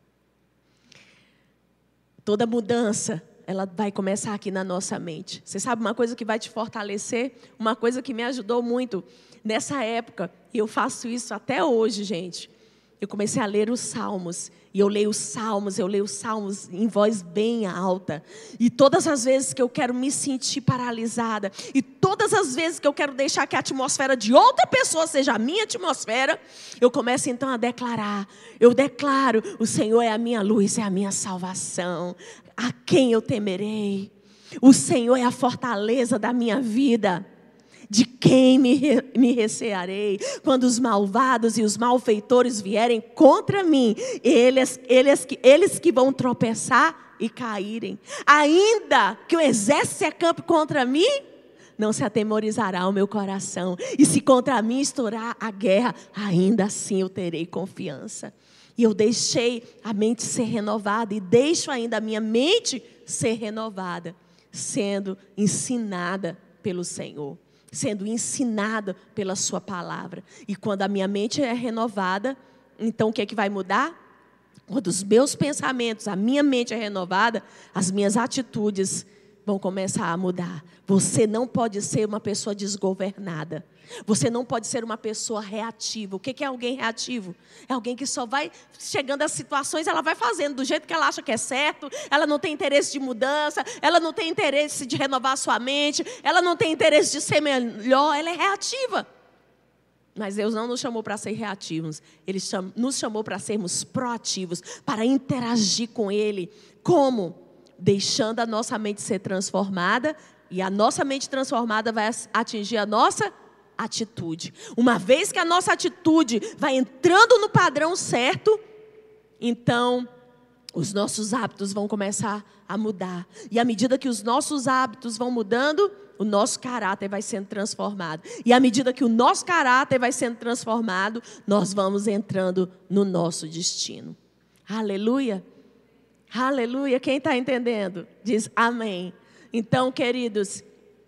Toda mudança, ela vai começar aqui na nossa mente. Você sabe uma coisa que vai te fortalecer? Uma coisa que me ajudou muito nessa época, e eu faço isso até hoje, gente. Eu comecei a ler os Salmos. E eu leio os Salmos em voz bem alta. E todas as vezes que eu quero me sentir paralisada, e todas as vezes que eu quero deixar que a atmosfera de outra pessoa seja a minha atmosfera, eu começo então a declarar. Eu declaro, o Senhor é a minha luz, é a minha salvação. A quem eu temerei? O Senhor é a fortaleza da minha vida. De quem me recearei? Quando os malvados e os malfeitores vierem contra mim, eles que vão tropeçar e caírem. Ainda que o exército se acampe contra mim, não se atemorizará o meu coração. E se contra mim estourar a guerra, ainda assim eu terei confiança. E eu deixei a mente ser renovada, e deixo ainda a minha mente ser renovada, sendo ensinada pelo Senhor. Sendo ensinada pela sua palavra. E quando a minha mente é renovada, então o que é que vai mudar? Quando os meus pensamentos, a minha mente é renovada, as minhas atitudes vão começar a mudar. Você não pode ser uma pessoa desgovernada. Você não pode ser uma pessoa reativa. O que é alguém reativo? É alguém que só vai chegando às situações, ela vai fazendo do jeito que ela acha que é certo. Ela não tem interesse de mudança, ela não tem interesse de renovar a sua mente, ela não tem interesse de ser melhor, ela é reativa. Mas Deus não nos chamou para ser reativos. Ele nos chamou para sermos proativos, para interagir com Ele. Como? Deixando a nossa mente ser transformada, e a nossa mente transformada vai atingir a nossa atitude. Uma vez que a nossa atitude vai entrando no padrão certo, então os nossos hábitos vão começar a mudar. E à medida que os nossos hábitos vão mudando, o nosso caráter vai sendo transformado. E à medida que o nosso caráter vai sendo transformado, nós vamos entrando no nosso destino. Aleluia! Aleluia! Quem está entendendo? Diz amém. Então, queridos,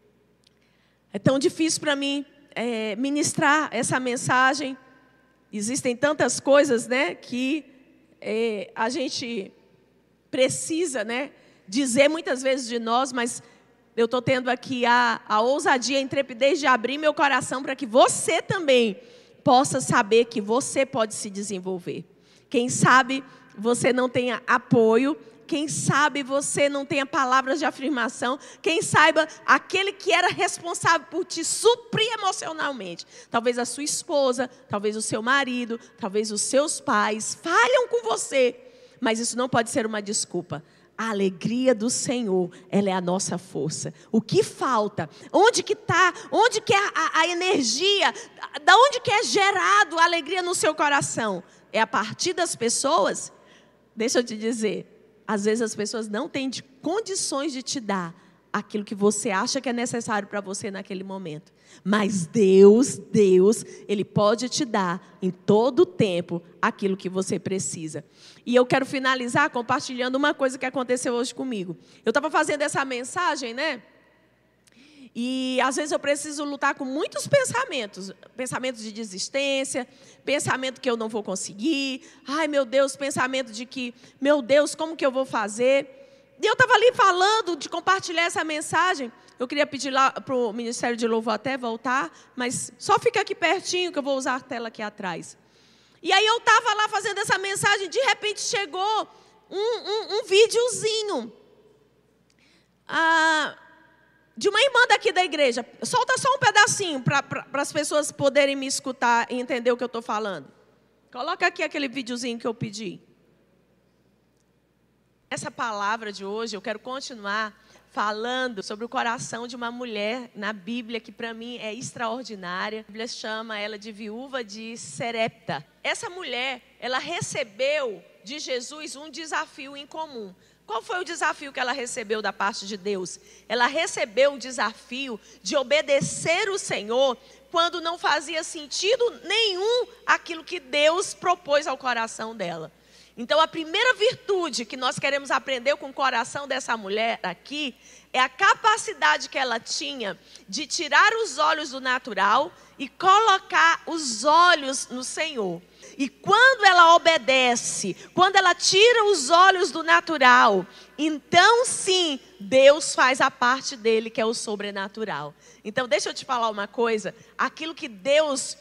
é tão difícil para mim ministrar essa mensagem. Existem tantas coisas, né, que a gente precisa, né, dizer muitas vezes de nós, mas eu estou tendo aqui a ousadia, a intrepidez de abrir meu coração para que você também possa saber que você pode se desenvolver. Quem sabe você não tenha apoio, quem sabe você não tenha palavras de afirmação, quem saiba aquele que era responsável por te suprir emocionalmente. Talvez a sua esposa, talvez o seu marido, talvez os seus pais falham com você, mas isso não pode ser uma desculpa. A alegria do Senhor, ela é a nossa força. O que falta? Onde que está? Onde que é a energia? Da onde que é gerado a alegria no seu coração? É a partir das pessoas? Deixa eu te dizer, às vezes as pessoas não têm condições de te dar aquilo que você acha que é necessário para você naquele momento. Mas Deus, Ele pode te dar em todo o tempo aquilo que você precisa. E eu quero finalizar compartilhando uma coisa que aconteceu hoje comigo. Eu estava fazendo essa mensagem, né? E às vezes eu preciso lutar com muitos pensamentos. Pensamentos de desistência, pensamento que eu não vou conseguir. Ai, meu Deus, pensamento de que, meu Deus, como que eu vou fazer? E eu estava ali falando de compartilhar essa mensagem. Eu queria pedir lá para o Ministério de Louvor até voltar, mas só fica aqui pertinho que eu vou usar a tela aqui atrás. E aí eu estava lá fazendo essa mensagem, de repente chegou um videozinho de uma irmã daqui da igreja. Solta só um pedacinho para as pessoas poderem me escutar e entender o que eu estou falando. Coloca aqui aquele videozinho que eu pedi. Essa palavra de hoje, eu quero continuar falando sobre o coração de uma mulher na Bíblia, que para mim é extraordinária. A Bíblia chama ela de viúva de Sarepta. Essa mulher, ela recebeu de Jesus um desafio em comum. Qual foi o desafio que ela recebeu da parte de Deus? Ela recebeu o desafio de obedecer o Senhor quando não fazia sentido nenhum aquilo que Deus propôs ao coração dela. Então, a primeira virtude que nós queremos aprender com o coração dessa mulher aqui é a capacidade que ela tinha de tirar os olhos do natural e colocar os olhos no Senhor. E quando ela obedece, quando ela tira os olhos do natural, então sim, Deus faz a parte dele, que é o sobrenatural. Então, deixa eu te falar uma coisa. Aquilo que Deus,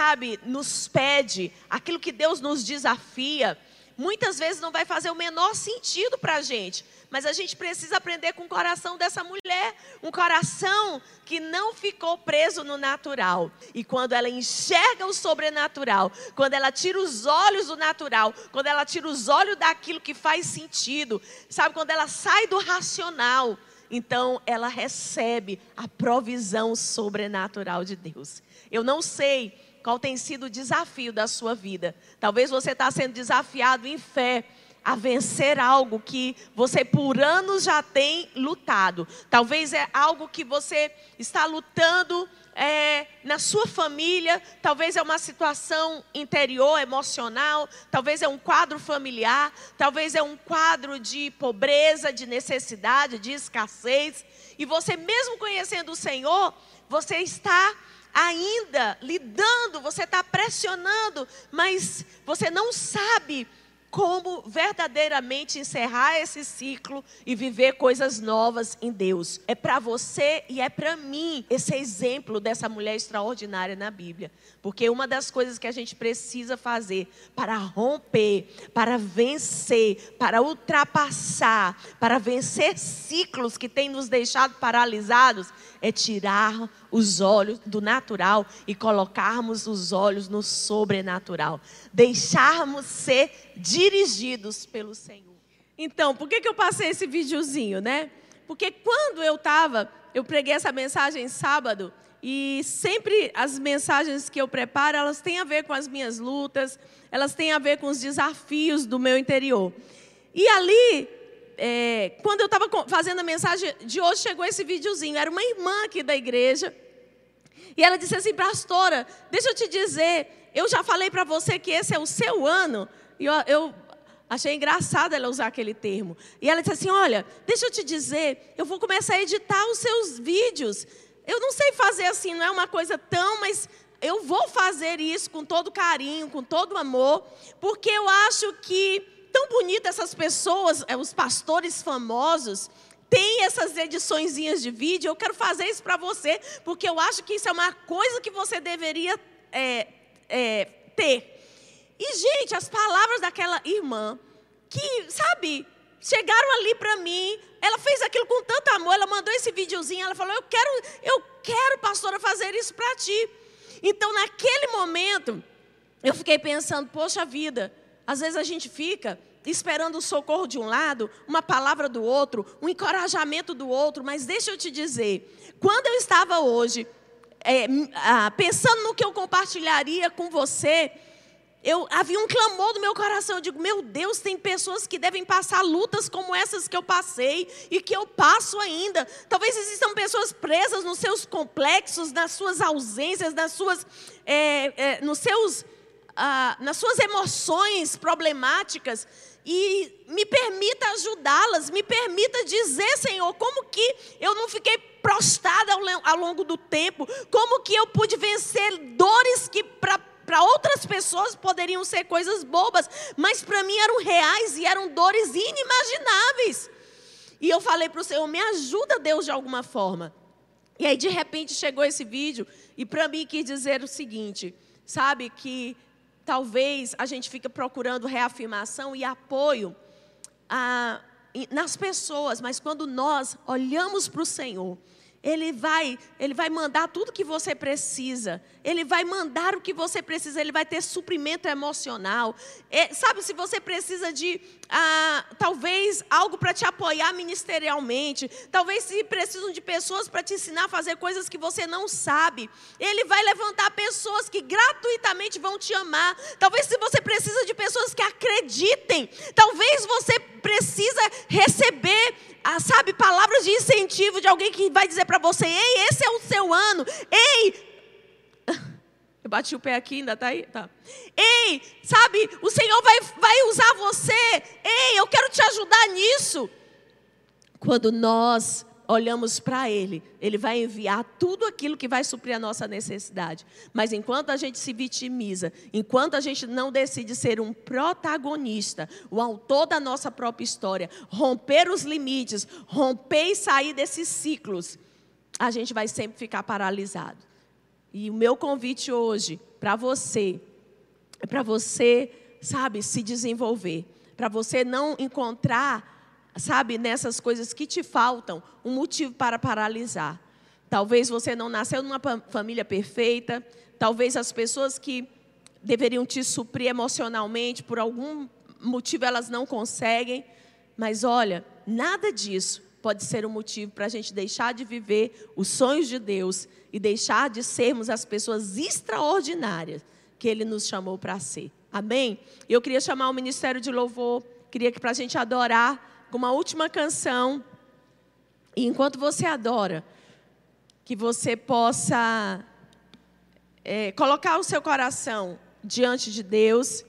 nos pede, aquilo que Deus nos desafia, muitas vezes não vai fazer o menor sentido para a gente. Mas a gente precisa aprender com o coração dessa mulher. Um coração que não ficou preso no natural. E quando ela enxerga o sobrenatural, quando ela tira os olhos do natural, quando ela tira os olhos daquilo que faz sentido, quando ela sai do racional, então ela recebe a provisão sobrenatural de Deus. Eu não sei qual tem sido o desafio da sua vida. Talvez você está sendo desafiado em fé a vencer algo que você por anos já tem lutado. Talvez é algo que você está lutando na sua família. Talvez é uma situação interior, emocional. Talvez é um quadro familiar. Talvez é um quadro de pobreza, de necessidade, de escassez. E você mesmo conhecendo o Senhor, você está ainda lidando, você está pressionando, mas você não sabe como verdadeiramente encerrar esse ciclo e viver coisas novas em Deus. É para você e é para mim esse exemplo dessa mulher extraordinária na Bíblia. Porque uma das coisas que a gente precisa fazer para romper, para vencer, para ultrapassar, para vencer ciclos que têm nos deixado paralisados, é tirar os olhos do natural e colocarmos os olhos no sobrenatural. Deixarmos ser dirigidos pelo Senhor. Então, por que eu passei esse videozinho, né? Porque quando eu preguei essa mensagem sábado, e sempre as mensagens que eu preparo, elas têm a ver com as minhas lutas, elas têm a ver com os desafios do meu interior. E ali, quando eu estava fazendo a mensagem de hoje, chegou esse videozinho. Era uma irmã aqui da igreja. E ela disse assim: pastora, deixa eu te dizer, eu já falei para você que esse é o seu ano. E eu achei engraçado ela usar aquele termo. E ela disse assim: olha, deixa eu te dizer, eu vou começar a editar os seus vídeos. Eu não sei fazer assim, não é uma coisa tão, mas eu vou fazer isso com todo carinho, com todo amor, porque eu acho que tão bonito essas pessoas, os pastores famosos, tem essas ediçõezinhas de vídeo. Eu quero fazer isso para você, porque eu acho que isso é uma coisa que você deveria ter. E, gente, as palavras daquela irmã, que, chegaram ali para mim, ela fez aquilo com tanto amor, ela mandou esse videozinho, ela falou: eu quero, pastora, fazer isso para ti. Então, naquele momento, eu fiquei pensando, poxa vida, às vezes a gente fica esperando o socorro de um lado, uma palavra do outro, um encorajamento do outro, mas deixa eu te dizer, quando eu estava hoje, pensando no que eu compartilharia com você, havia um clamor do meu coração. Eu digo: meu Deus, tem pessoas que devem passar lutas como essas que eu passei e que eu passo ainda. Talvez existam pessoas presas nos seus complexos, nas suas ausências, nas suas emoções problemáticas. E me permita ajudá-las, me permita dizer: Senhor, como que eu não fiquei prostrada ao longo do tempo? Como que eu pude vencer dores que para outras pessoas poderiam ser coisas bobas, mas para mim eram reais e eram dores inimagináveis. E eu falei para o Senhor, me ajuda, Deus, de alguma forma. E aí, de repente, chegou esse vídeo e para mim quis dizer o seguinte, sabe, que talvez a gente fique procurando reafirmação e apoio nas pessoas, mas quando nós olhamos para o Senhor, Ele vai mandar tudo que você precisa. Ele vai mandar o que você precisa. Ele vai ter suprimento emocional. Sabe, se você precisa de, talvez, algo para te apoiar ministerialmente. Talvez se precisam de pessoas para te ensinar a fazer coisas que você não sabe. Ele vai levantar pessoas que gratuitamente vão te amar. Talvez se você precisa de pessoas que acreditem. Talvez você precisa receber, sabe, palavras de incentivo de alguém que vai dizer para você, ei, esse é o seu ano, ei, eu bati o pé aqui, ainda está aí? Tá. Ei, sabe, o Senhor vai usar você, ei, eu quero te ajudar nisso. Quando nós olhamos para Ele, Ele vai enviar tudo aquilo que vai suprir a nossa necessidade. Mas enquanto a gente se vitimiza, enquanto a gente não decide ser um protagonista, o autor da nossa própria história, romper os limites, romper e sair desses ciclos, a gente vai sempre ficar paralisado. E o meu convite hoje para você, é para você, sabe, se desenvolver, para você não encontrar, sabe, nessas coisas que te faltam, um motivo para paralisar. Talvez você não nasceu numa família perfeita, talvez as pessoas que deveriam te suprir emocionalmente, por algum motivo elas não conseguem, mas olha, nada disso pode ser um motivo para a gente deixar de viver os sonhos de Deus e deixar de sermos as pessoas extraordinárias que Ele nos chamou para ser. Amém? Eu queria chamar o Ministério de Louvor, queria que para a gente adorar com uma última canção, e enquanto você adora, que você possa colocar o seu coração diante de Deus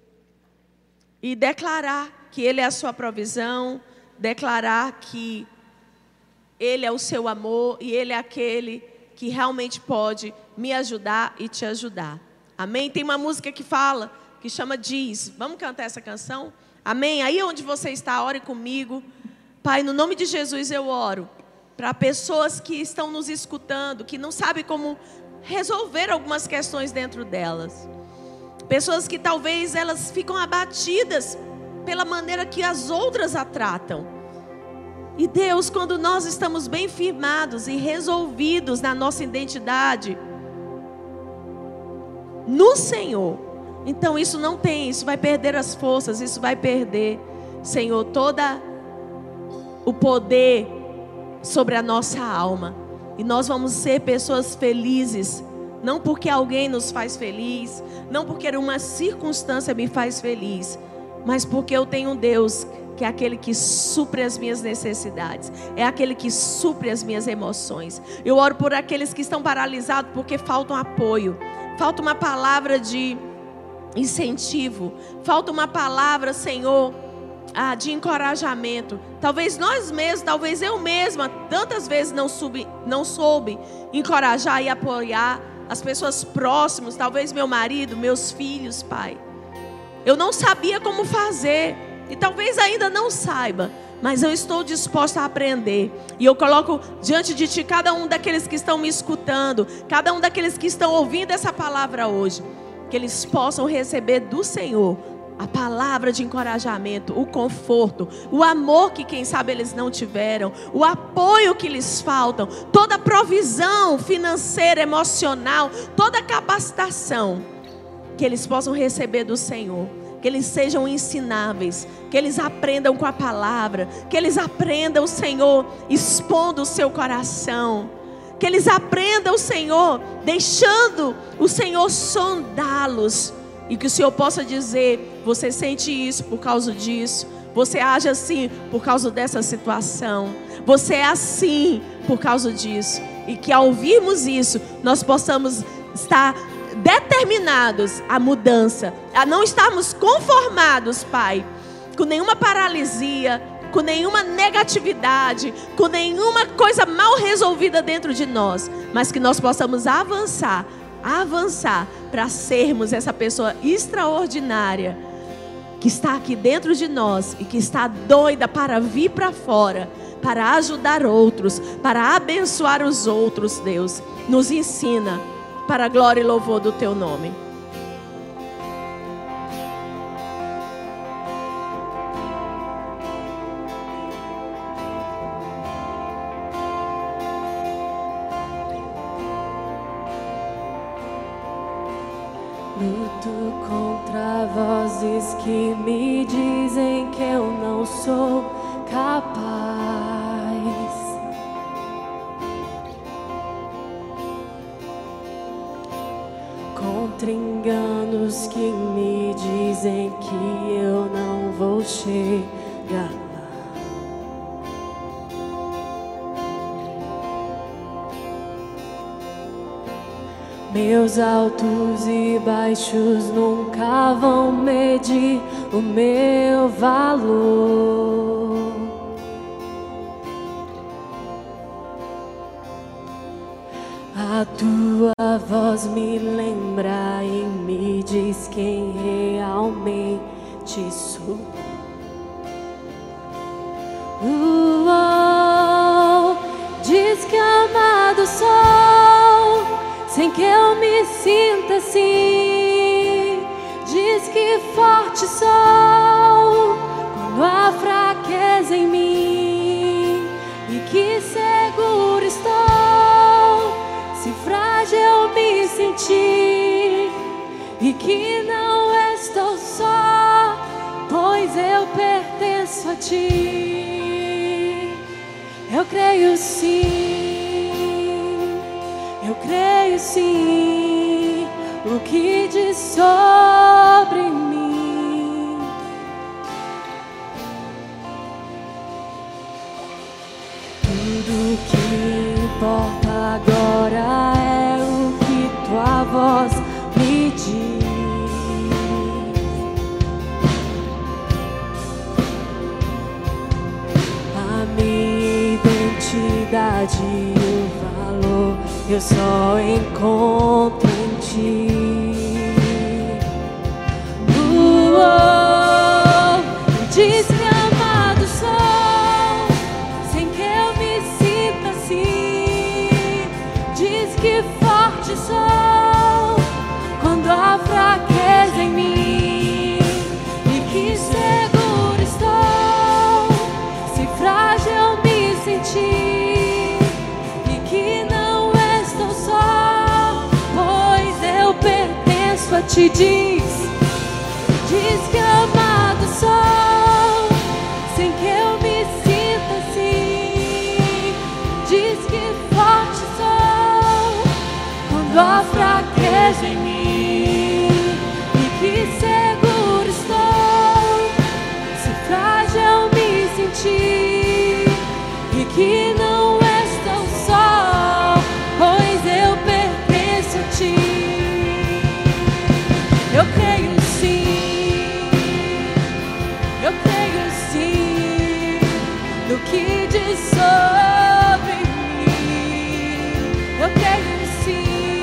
e declarar que Ele é a sua provisão, declarar que Ele é o seu amor e Ele é aquele que realmente pode me ajudar e te ajudar. Amém? Tem uma música que fala, que chama Diz. Vamos cantar essa canção? Amém? Aí onde você está, ore comigo. Pai, no nome de Jesus eu oro para pessoas que estão nos escutando, que não sabem como resolver algumas questões dentro delas. Pessoas que talvez elas ficam abatidas pela maneira que as outras a tratam. E Deus, quando nós estamos bem firmados e resolvidos na nossa identidade no Senhor, então isso não tem, isso vai perder as forças, isso vai perder, Senhor, toda o poder sobre a nossa alma. E nós vamos ser pessoas felizes, não porque alguém nos faz feliz, não porque uma circunstância me faz feliz, mas porque eu tenho um Deus que é aquele que supre as minhas necessidades, é aquele que supre as minhas emoções. Eu oro por aqueles que estão paralisados porque falta um apoio, falta uma palavra de incentivo, falta uma palavra, Senhor, de encorajamento. Talvez nós mesmos, talvez eu mesma, tantas vezes não soube encorajar e apoiar as pessoas próximas, talvez meu marido, meus filhos, Pai. Eu não sabia como fazer, e talvez ainda não saiba, mas eu estou disposta a aprender. E eu coloco diante de Ti cada um daqueles que estão me escutando, cada um daqueles que estão ouvindo essa palavra hoje, que eles possam receber do Senhor a palavra de encorajamento, o conforto, o amor que quem sabe eles não tiveram, o apoio que lhes faltam, toda a provisão financeira, emocional, toda a capacitação que eles possam receber do Senhor. Que eles sejam ensináveis, que eles aprendam com a palavra, que eles aprendam, Senhor, expondo o seu coração, que eles aprendam, Senhor, deixando o Senhor sondá-los, e que o Senhor possa dizer: você sente isso por causa disso, você age assim por causa dessa situação, você é assim por causa disso, e que ao ouvirmos isso, nós possamos estar determinados à mudança, a não estarmos conformados, Pai, com nenhuma paralisia, com nenhuma negatividade, com nenhuma coisa mal resolvida dentro de nós, mas que nós possamos avançar para sermos essa pessoa extraordinária que está aqui dentro de nós e que está doida para vir para fora, para ajudar outros, para abençoar os outros, Deus. Nos ensina para a glória e louvor do Teu nome. Luto contra vozes que me dizem que eu não sou capaz, contra enganos que me dizem que eu não vou chegar lá. Meus altos e baixos nunca vão medir o meu valor. A tua voz me lembra e me diz quem realmente sou. Diz que amado sou, sem que eu me sinta assim. Diz que forte sou quando há fraqueza em mim, e que seguro estou se frágil eu me sentir, e que não estou só, pois eu pertenço a ti. Eu creio sim, eu creio sim, o que diz sobre mim. Tudo que importa agora é o que tua voz me diz. A minha identidade e o valor eu só encontro em ti. Diz que amado sou, sem que eu me sinta assim. Diz que forte sou quando há fraqueza em mim, e que seguro estou se frágil eu me sentir, e que não estou só, pois eu pertenço a ti. Diz que amado sou, sem que eu me sinta assim. Diz que forte sou quando há fraqueza em mim, e que seguro estou se frágil eu me sentir, e que não estou só, pois eu pertenço a ti. Eu creio sim, eu creio sim, no que diz sobre mim. Eu creio sim.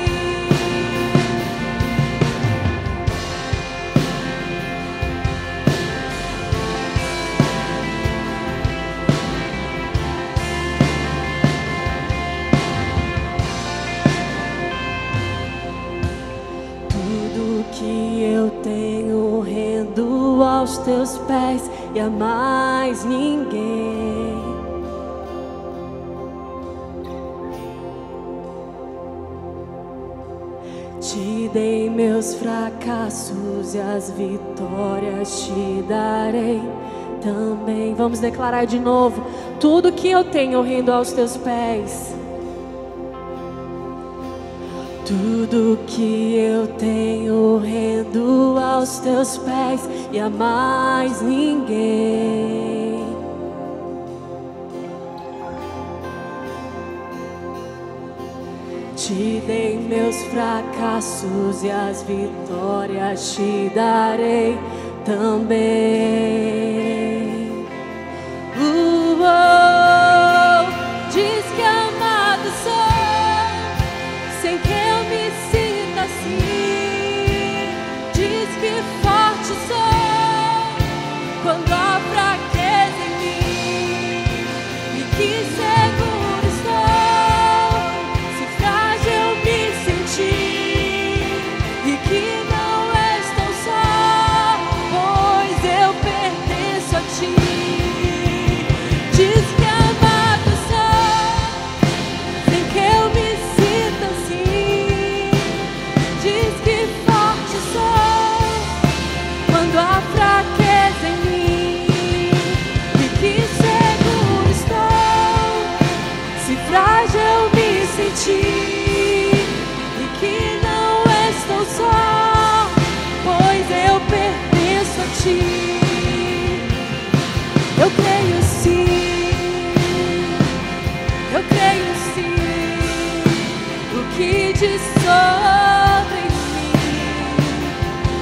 Tudo que eu tenho rendo aos teus pés e a mais ninguém. Te dei meus fracassos e as vitórias te darei também. Vamos declarar de novo: tudo que eu tenho rendo aos teus pés. Tudo que eu tenho rendo aos teus pés e a mais ninguém. Te dei meus fracassos e as vitórias te darei também. Diz que amado sou, sem que eu me sinta assim. Diz que forte sou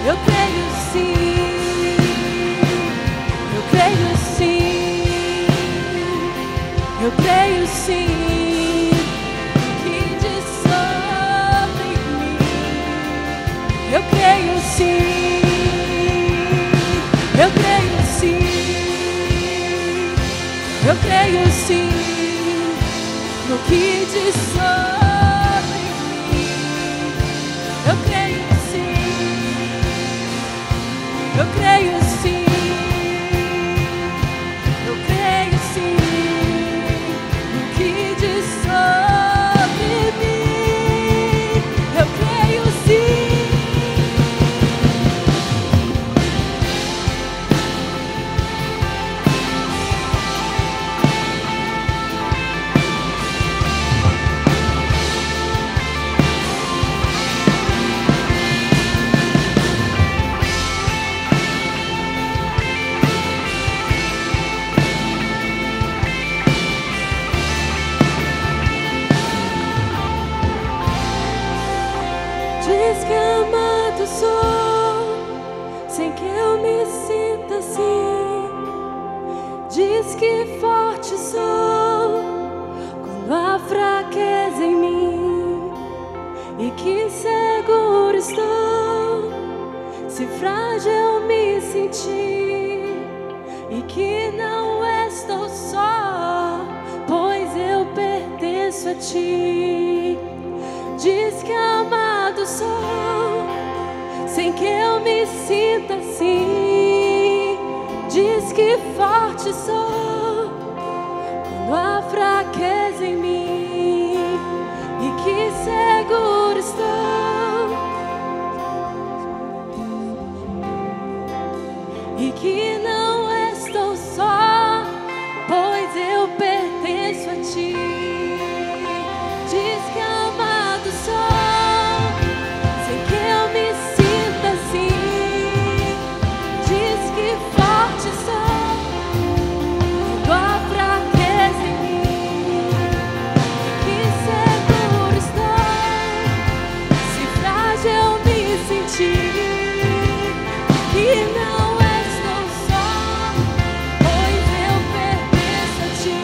Eu creio sim. Eu creio sim. Eu creio sim. Que diz sobre mim. Eu creio sim. Eu creio sim. Eu creio sim. No que diz sobre mim. Eu creio sim. Eu creio sim. Eu creio sim. No que diz sobre mim. Eu creio sim. Diz que amado sou, sem que eu me sinta assim. Diz que forte sou, quando há fraqueza em mim. E que seguro estou, se frágil me sentir. E que não estou só, pois eu pertenço a ti. Diz que amado sou, sem que eu me sinta assim. Diz que forte sou, quando há fraqueza em mim. E que seguro estou, e que não estou só, pois eu pertenço a ti. Diz que amado sou, sem que eu me sinta assim. Diz que forte sou, quando há fraqueza em mim. Que seguro estou, se frágil eu me sentir. Que não estou só, pois eu pertenço a ti.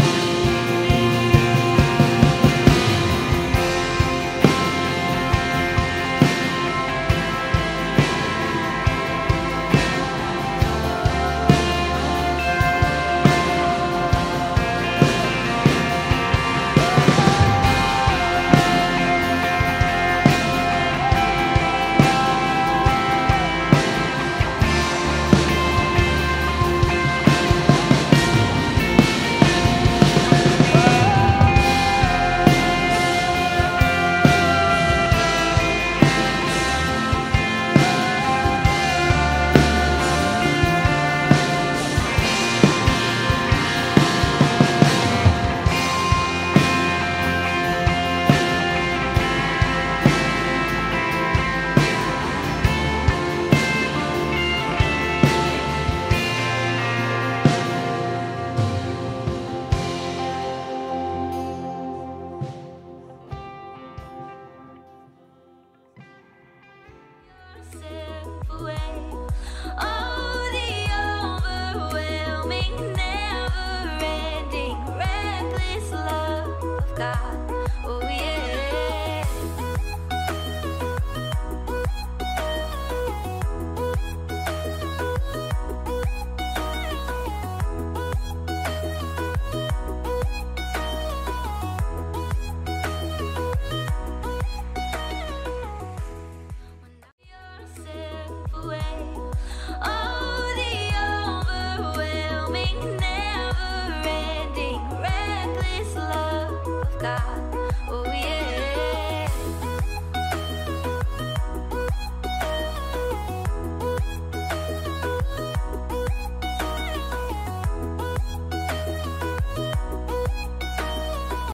Never-ending, reckless love of God.